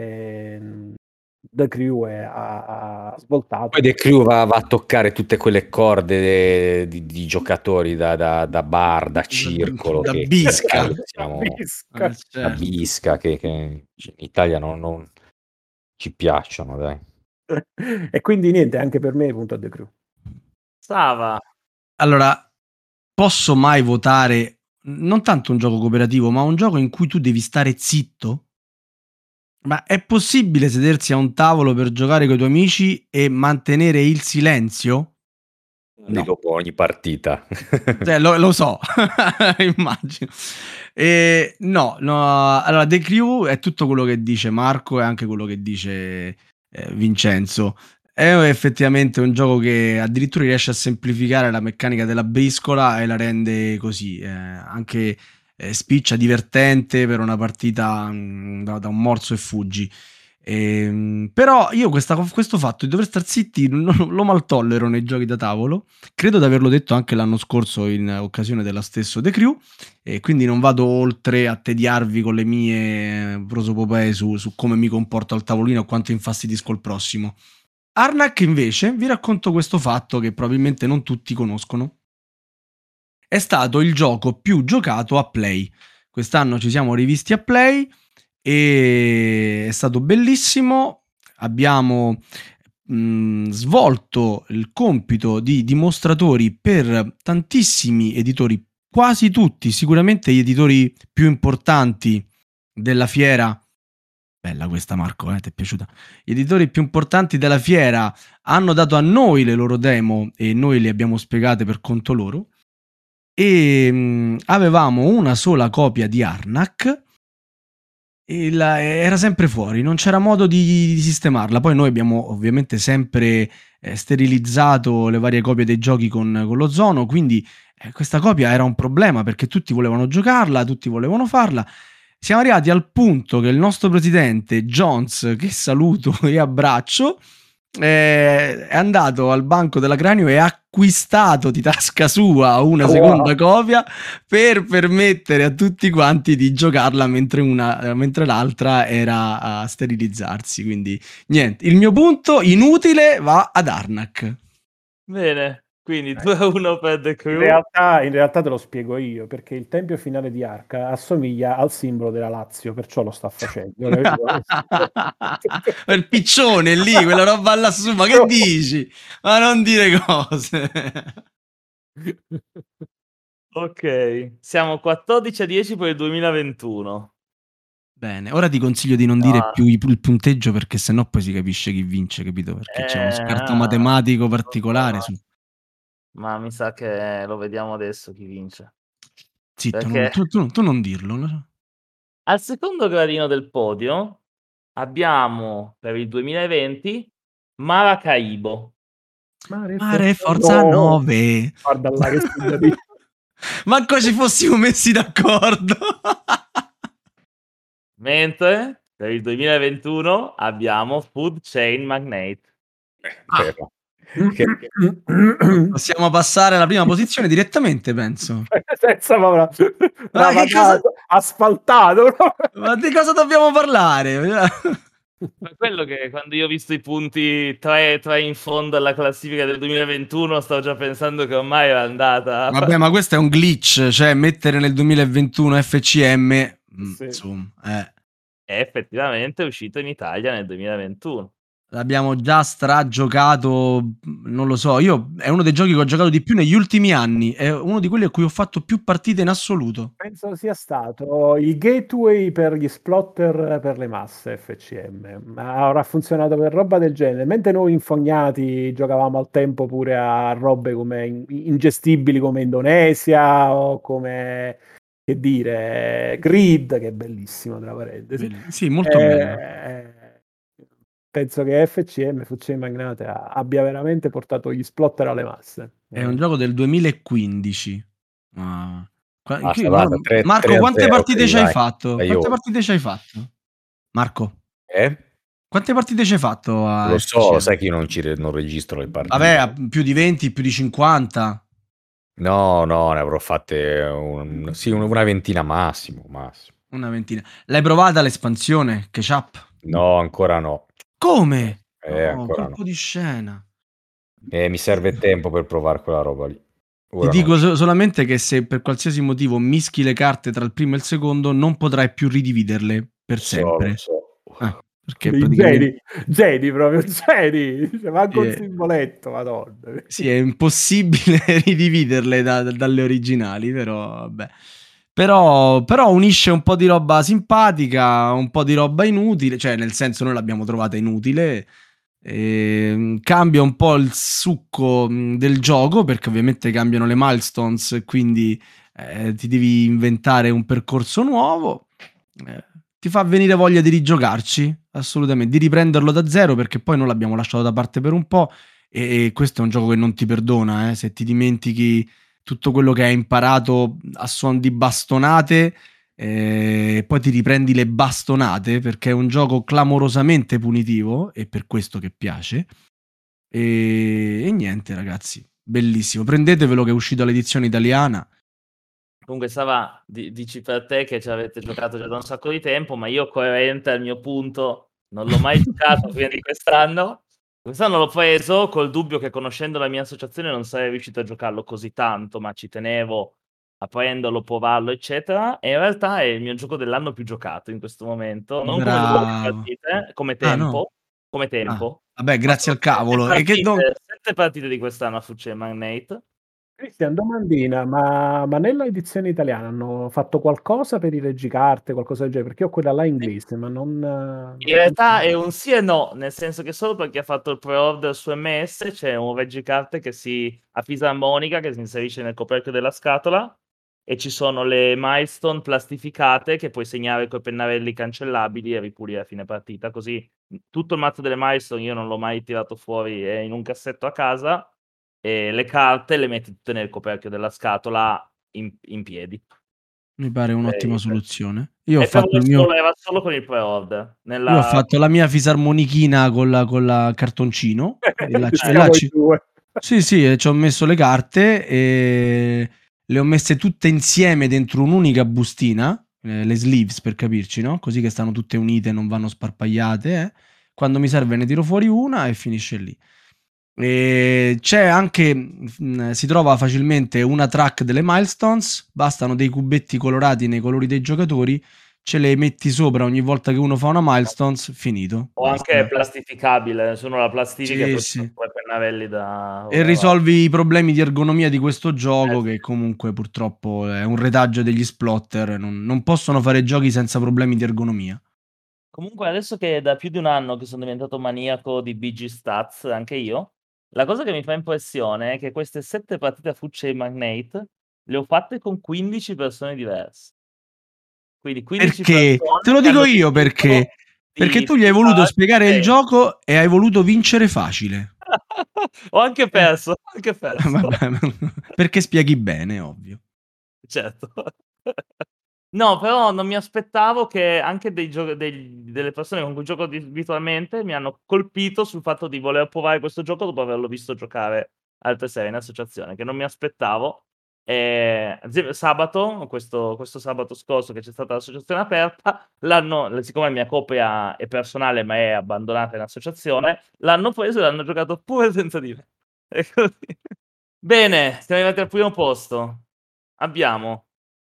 The Crew ha svoltato. Poi The Crew va a toccare tutte quelle corde di giocatori da bar, da circolo, Da che bisca. siamo Bisca. da Certo. bisca, che in Italia non ci piacciono, dai. E quindi niente, anche per me punto a The Crew. Sava. Allora, posso mai votare non tanto un gioco cooperativo, ma un gioco in cui tu devi stare zitto? Ma è possibile sedersi a un tavolo per giocare con i tuoi amici e mantenere il silenzio? No. Dopo ogni partita. Cioè, lo so, immagino. No, allora The Crew è tutto quello che dice Marco e anche quello che dice Vincenzo. È effettivamente un gioco che addirittura riesce a semplificare la meccanica della briscola e la rende così, anche spiccia, divertente per una partita da un morso e fuggi. Però io questo fatto di dover star zitti lo maltollero nei giochi da tavolo. Credo di averlo detto anche l'anno scorso in occasione della stesso The Crew, e quindi non vado oltre a tediarvi con le mie prosopopee su come mi comporto al tavolino e quanto infastidisco il prossimo. Arnak invece vi racconto questo fatto che probabilmente non tutti conoscono. È stato il gioco più giocato a Play. Quest'anno ci siamo rivisti a Play e è stato bellissimo. Abbiamo svolto il compito di dimostratori per tantissimi editori, quasi tutti, sicuramente gli editori più importanti della fiera. Bella questa, Marco, ti è piaciuta? Gli editori più importanti della fiera hanno dato a noi le loro demo e noi le abbiamo spiegate per conto loro. E avevamo una sola copia di Arnak. Era sempre fuori, non c'era modo di sistemarla. Poi noi abbiamo ovviamente sempre sterilizzato le varie copie dei giochi con lo Zono, quindi questa copia era un problema perché tutti volevano giocarla, tutti volevano farla. Siamo arrivati al punto che il nostro presidente Jones, che saluto e abbraccio, è andato al banco della Cranio e ha acquistato di tasca sua una seconda copia per permettere a tutti quanti di giocarla mentre l'altra era a sterilizzarsi. Quindi niente, il mio punto inutile va ad Arnak. Bene, quindi 2-1 per The Crew. In realtà te lo spiego io, perché il tempio finale di Arca assomiglia al simbolo della Lazio, perciò lo sta facendo. Il piccione lì, quella roba lassù, ma che dici? Ma non dire cose. Ok, siamo 14-10 per il 2021. Bene, ora ti consiglio di non dire più il punteggio perché sennò poi si capisce chi vince, capito? Perché c'è uno scarto matematico particolare su. Ma mi sa che lo vediamo adesso chi vince. Zitto, Perché tu non dirlo. al secondo gradino del podio abbiamo per il 2020 Maracaibo. Mare Forza 9. Guarda là che si Manco ci fossimo messi d'accordo. Mentre Per il 2021 abbiamo Food Chain Magnate. Fermo. Che- Possiamo passare alla prima posizione direttamente, penso. Senza Ma che cosa- asfaltato. Ma di cosa dobbiamo parlare? Per quello che quando io ho visto i punti 3 in fondo alla classifica del 2021 stavo già pensando che ormai era andata. Vabbè, ma questo è un glitch, cioè mettere nel 2021 FCM, Sì. insomma, È effettivamente uscito in Italia nel 2021. l'abbiamo già stragiocato, non lo so, io è uno dei giochi che ho giocato di più negli ultimi anni, è uno di quelli a cui ho fatto più partite in assoluto. Penso sia stato il gateway per gli splotter per le masse FCM, ma avrà funzionato per roba del genere, mentre noi infognati giocavamo al tempo pure a robe come ingestibili come Indonesia o come, che dire, Grid, che è bellissimo tra parentesi. Sì, molto bello. Penso che FCM, Food Chain Magnate, abbia veramente portato gli splotter alle masse. È un gioco del 2015. Basta, Marco, 3-0 quante partite ci hai vai. fatto? Dai, Quante io. partite ci hai fatto? Marco, Eh? quante partite ci hai fatto a Lo so, FCM? lo sai che io non registro le partite. Vabbè, più di 20, più di 50. No, ne avrò fatte una ventina massimo. Una ventina. L'hai provata l'espansione? Ketchup? No, ancora no. Come? Ancora Colpo no. di scena. Mi serve tempo per provare quella roba lì. Ti dico solamente che se per qualsiasi motivo mischi le carte tra il primo e il secondo, non potrai più ridividerle per sempre. Lo so. Perché Dei praticamente Jedi proprio, Jedi, c'è manco un Sì. simboletto, madonna. sì, è impossibile ridividerle dalle originali, però vabbè. Però unisce un po' di roba simpatica, un po' di roba inutile, cioè nel senso noi l'abbiamo trovata inutile. Cambia un po' il succo del gioco perché ovviamente cambiano le milestones e quindi ti devi inventare un percorso nuovo. Ti fa venire voglia di rigiocarci, assolutamente, di riprenderlo da zero perché poi noi l'abbiamo lasciato da parte per un po' e questo è un gioco che non ti perdona, se ti dimentichi tutto quello che hai imparato a suon di bastonate. Poi ti riprendi le bastonate perché è un gioco clamorosamente punitivo e per questo che piace e niente ragazzi, bellissimo, prendetevelo che è uscito l'edizione italiana. Comunque Sava, dici per te che ci avete giocato già da un sacco di tempo, ma io coerente al mio punto non l'ho mai giocato prima di quest'anno. Quest'anno l'ho preso col dubbio che conoscendo la mia associazione non sarei riuscito a giocarlo così tanto, ma ci tenevo a prenderlo, provarlo, eccetera. E in realtà è il mio gioco dell'anno più giocato in questo momento, non come numero di partite, come tempo, come tempo. Vabbè, grazie al cavolo. E che 7 partite di quest'anno a Food Chain Magnate. Cristian, domandina, ma nella edizione italiana hanno fatto qualcosa per i reggicarte, qualcosa del genere? Perché ho quella là inglese, ma non... In realtà è un sì e no, nel senso che solo perché ha fatto il pre-order su MS c'è un reggicarte che a fisarmonica che si inserisce nel coperchio della scatola e ci sono le milestone plastificate che puoi segnare coi pennarelli cancellabili e ripulire a fine partita. Così tutto il mazzo delle milestone io non l'ho mai tirato fuori, è in un cassetto a casa e le carte le metti tutte nel coperchio della scatola in piedi. mi pare un'ottima soluzione. Era solo con il pre-order. Io ho fatto la mia fisarmonichina con la cartoncino. Sì, ci ho messo le carte e le ho messe tutte insieme dentro un'unica bustina, le sleeves per capirci, no? Così che stanno tutte unite, non vanno sparpagliate. Quando mi serve ne tiro fuori una e finisce lì. E c'è anche, si trova facilmente una track delle milestones, bastano dei cubetti colorati nei colori dei giocatori, ce le metti sopra ogni volta che uno fa una milestones, finito. O anche plastificabile, sono la plastica e sì. poi pennarelli da... E risolvi i problemi di ergonomia di questo gioco che comunque purtroppo è un retaggio degli splotter, non possono fare giochi senza problemi di ergonomia. Comunque adesso che è da più di un anno che sono diventato maniaco di BG Stats, anche io, la cosa che mi fa impressione è che queste 7 partite a Food Chain Magnate le ho fatte con 15 persone diverse. Quindi 15 perché? persone Te lo dico io perché. Perché tu gli hai voluto spiegare il gioco e hai voluto vincere facile. Ho anche perso, Vabbè, perché spieghi bene, ovvio. Certo. No, però non mi aspettavo che anche delle persone con cui gioco abitualmente mi hanno colpito sul fatto di voler provare questo gioco dopo averlo visto giocare altre serie in associazione, che non mi aspettavo. Ad esempio sabato, questo sabato scorso che c'è stata l'associazione aperta, siccome la mia copia è personale ma è abbandonata in associazione, l'hanno preso e l'hanno giocato pure senza di me. E così. Bene, siamo arrivati al primo posto. Abbiamo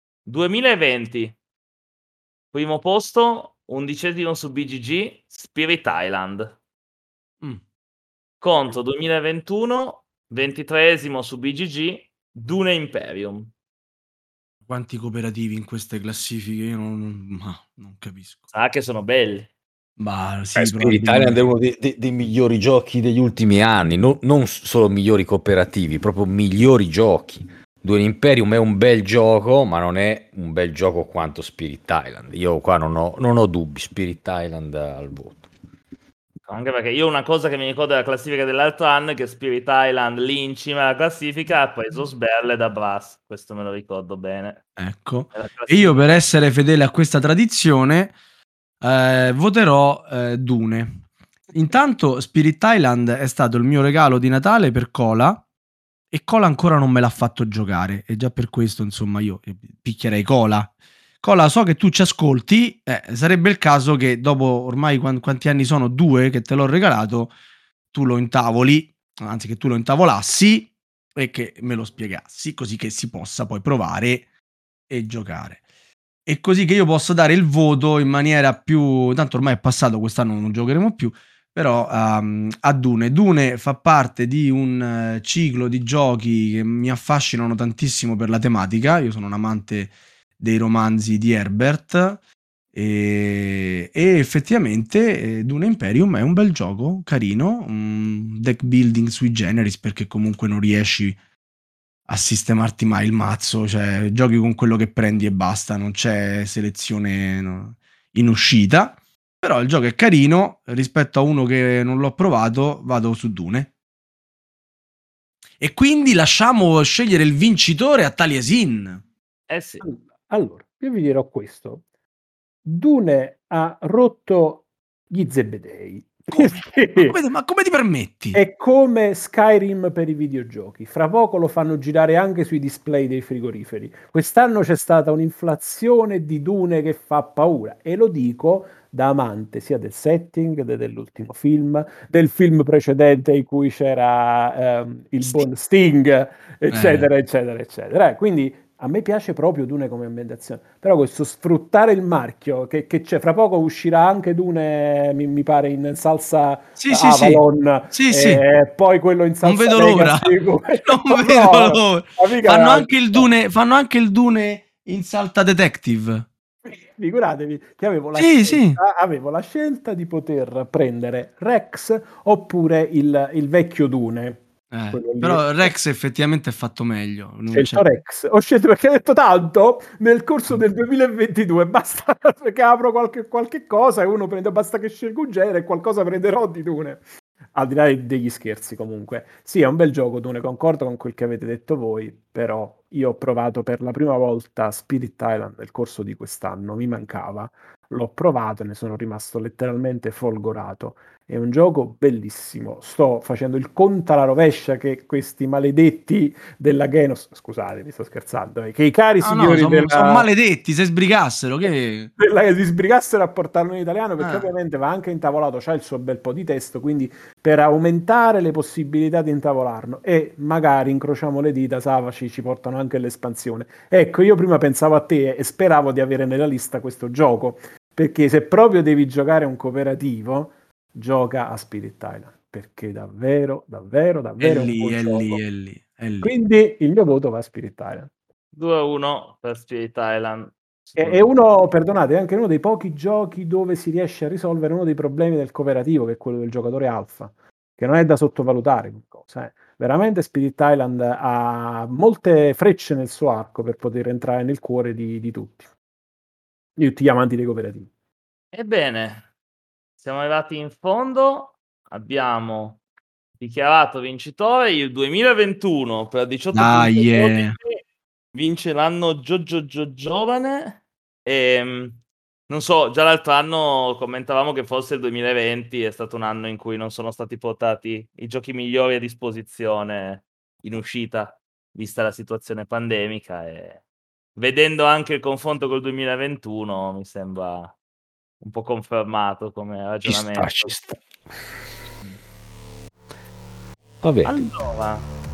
2020, primo posto, 11° su BGG, Spirit Island. Mm. Contro 2021, 23° su BGG, Dune Imperium. Quanti cooperativi in queste classifiche? Io non capisco. Sa che sono belli. Ma sì, Spirit Island è uno dei migliori giochi degli ultimi anni, non solo migliori cooperativi, proprio migliori giochi. Dune Imperium è un bel gioco, ma non è un bel gioco quanto Spirit Island. Io qua non ho dubbi, Spirit Island al voto. Anche perché io una cosa che mi ricordo della classifica dell'altro anno è che Spirit Island lì in cima alla classifica ha preso sberle da Brass, questo me lo ricordo bene. Ecco, e io per essere fedele a questa tradizione voterò Dune. Intanto Spirit Island è stato il mio regalo di Natale per Cola e Cola ancora non me l'ha fatto giocare e già per questo insomma io picchierei Cola. Cola, so che tu ci ascolti, sarebbe il caso che dopo ormai quanti anni sono? 2 che te l'ho regalato, tu lo intavoli, anzi che tu lo intavolassi e che me lo spiegassi così che si possa poi provare e giocare. E così che io posso dare il voto in maniera più... Tanto ormai è passato, quest'anno non giocheremo più, però a Dune. Dune fa parte di un ciclo di giochi che mi affascinano tantissimo per la tematica. Io sono un amante dei romanzi di Herbert e effettivamente Dune Imperium è un bel gioco, carino, un deck building sui generis perché comunque non riesci a sistemarti mai il mazzo, cioè giochi con quello che prendi e basta, non c'è selezione in uscita, però il gioco è carino, rispetto a uno che non l'ho provato vado su Dune. E quindi lasciamo scegliere il vincitore a Taliesin. Sì. Allora, io vi dirò questo. Dune ha rotto gli zebedei. Ma come ti permetti? È come Skyrim per i videogiochi. Fra poco lo fanno girare anche sui display dei frigoriferi. Quest'anno c'è stata un'inflazione di Dune che fa paura. E lo dico da amante sia del setting, dell'ultimo film, del film precedente in cui c'era il buon Sting, eccetera, eccetera, eccetera. Quindi a me piace proprio Dune come ambientazione, però questo sfruttare il marchio che c'è, fra poco uscirà anche Dune, mi pare in salsa Avalon, sì. poi quello in salsa non vedo l'ora. Non vedo l'ora. Fanno anche il Dune in salta detective. Figuratevi che avevo la scelta di poter prendere Rex oppure il vecchio Dune. Però Rex effettivamente è fatto meglio. Rex. Ho scelto perché ho detto tanto nel corso del 2022 basta che apro qualche cosa e uno prende, basta che scelgo un genere e qualcosa prenderò di Dune. Al di là degli scherzi comunque. Sì, è un bel gioco Dune, concordo con quel che avete detto voi, però io ho provato per la prima volta Spirit Island nel corso di quest'anno, mi mancava, l'ho provato e ne sono rimasto letteralmente folgorato. È un gioco bellissimo. Sto facendo il conto alla rovescia che questi maledetti della Genos, scusate, mi sto scherzando, che i cari signori sono maledetti, se sbrigassero che si sbrigassero a portarlo in italiano, perché ovviamente va anche intavolato, c'ha il suo bel po' di testo, quindi per aumentare le possibilità di intavolarlo e magari incrociamo le dita, Savaci ci portano anche l'espansione. Ecco, io prima pensavo a te e speravo di avere nella lista questo gioco, perché se proprio devi giocare un cooperativo gioca a Spirit Island, perché davvero è un buon gioco. È lì. Quindi il mio voto va a Spirit Island. 2-1 per Spirit Island. È uno, perdonate, è anche uno dei pochi giochi dove si riesce a risolvere uno dei problemi del cooperativo, che è quello del giocatore alfa, che non è da sottovalutare. Veramente Spirit Island ha molte frecce nel suo arco per poter entrare nel cuore di tutti gli amanti dei cooperativi. Ebbene, siamo arrivati in fondo, abbiamo dichiarato vincitore il 2021 per 18 punti, vince l'anno giovane Non so, già l'altro anno commentavamo che forse il 2020 è stato un anno in cui non sono stati portati i giochi migliori a disposizione in uscita, vista la situazione pandemica, e vedendo anche il confronto col 2021 mi sembra un po' confermato come Ci sta, ragionamento. ci sta. Va bene. Allora,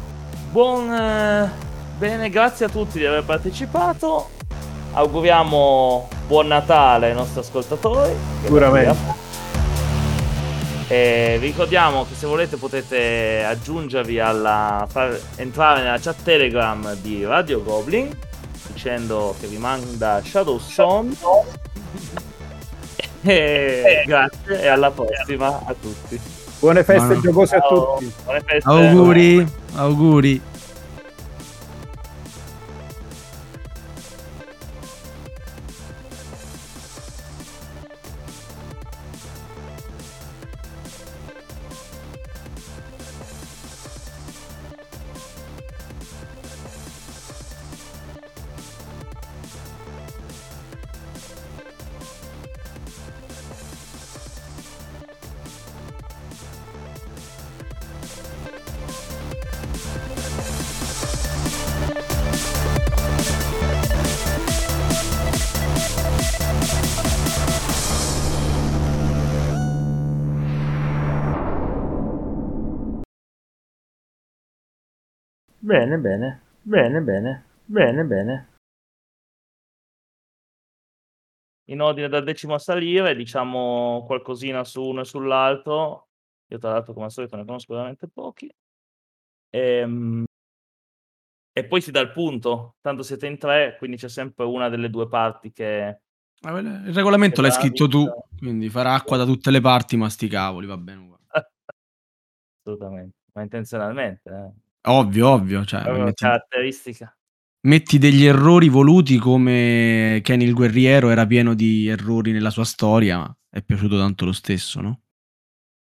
bene, grazie a tutti di aver partecipato. Auguriamo buon Natale ai nostri ascoltatori. Sicuramente. E vi ricordiamo che se volete potete aggiungervi entrare nella chat Telegram di Radio Goblin dicendo che vi manda Shadow Stone. E grazie e alla prossima a tutti. Buone feste Ma- giocose a Ciao, tutti. buone feste. Auguri. Bene. In ordine dal decimo a salire, diciamo qualcosina su uno e sull'altro. Io tra l'altro come al solito ne conosco veramente pochi. E poi si dà il punto, tanto siete in 3, quindi c'è sempre una delle 2 parti che Il regolamento l'hai scritto tu, quindi farà acqua da tutte le parti, ma sti cavoli, va bene uguale. Assolutamente, ma intenzionalmente, Ovvio, cioè È una caratteristica. metti degli errori voluti come Kenny il guerriero era pieno di errori nella sua storia, ma è piaciuto tanto lo stesso, no?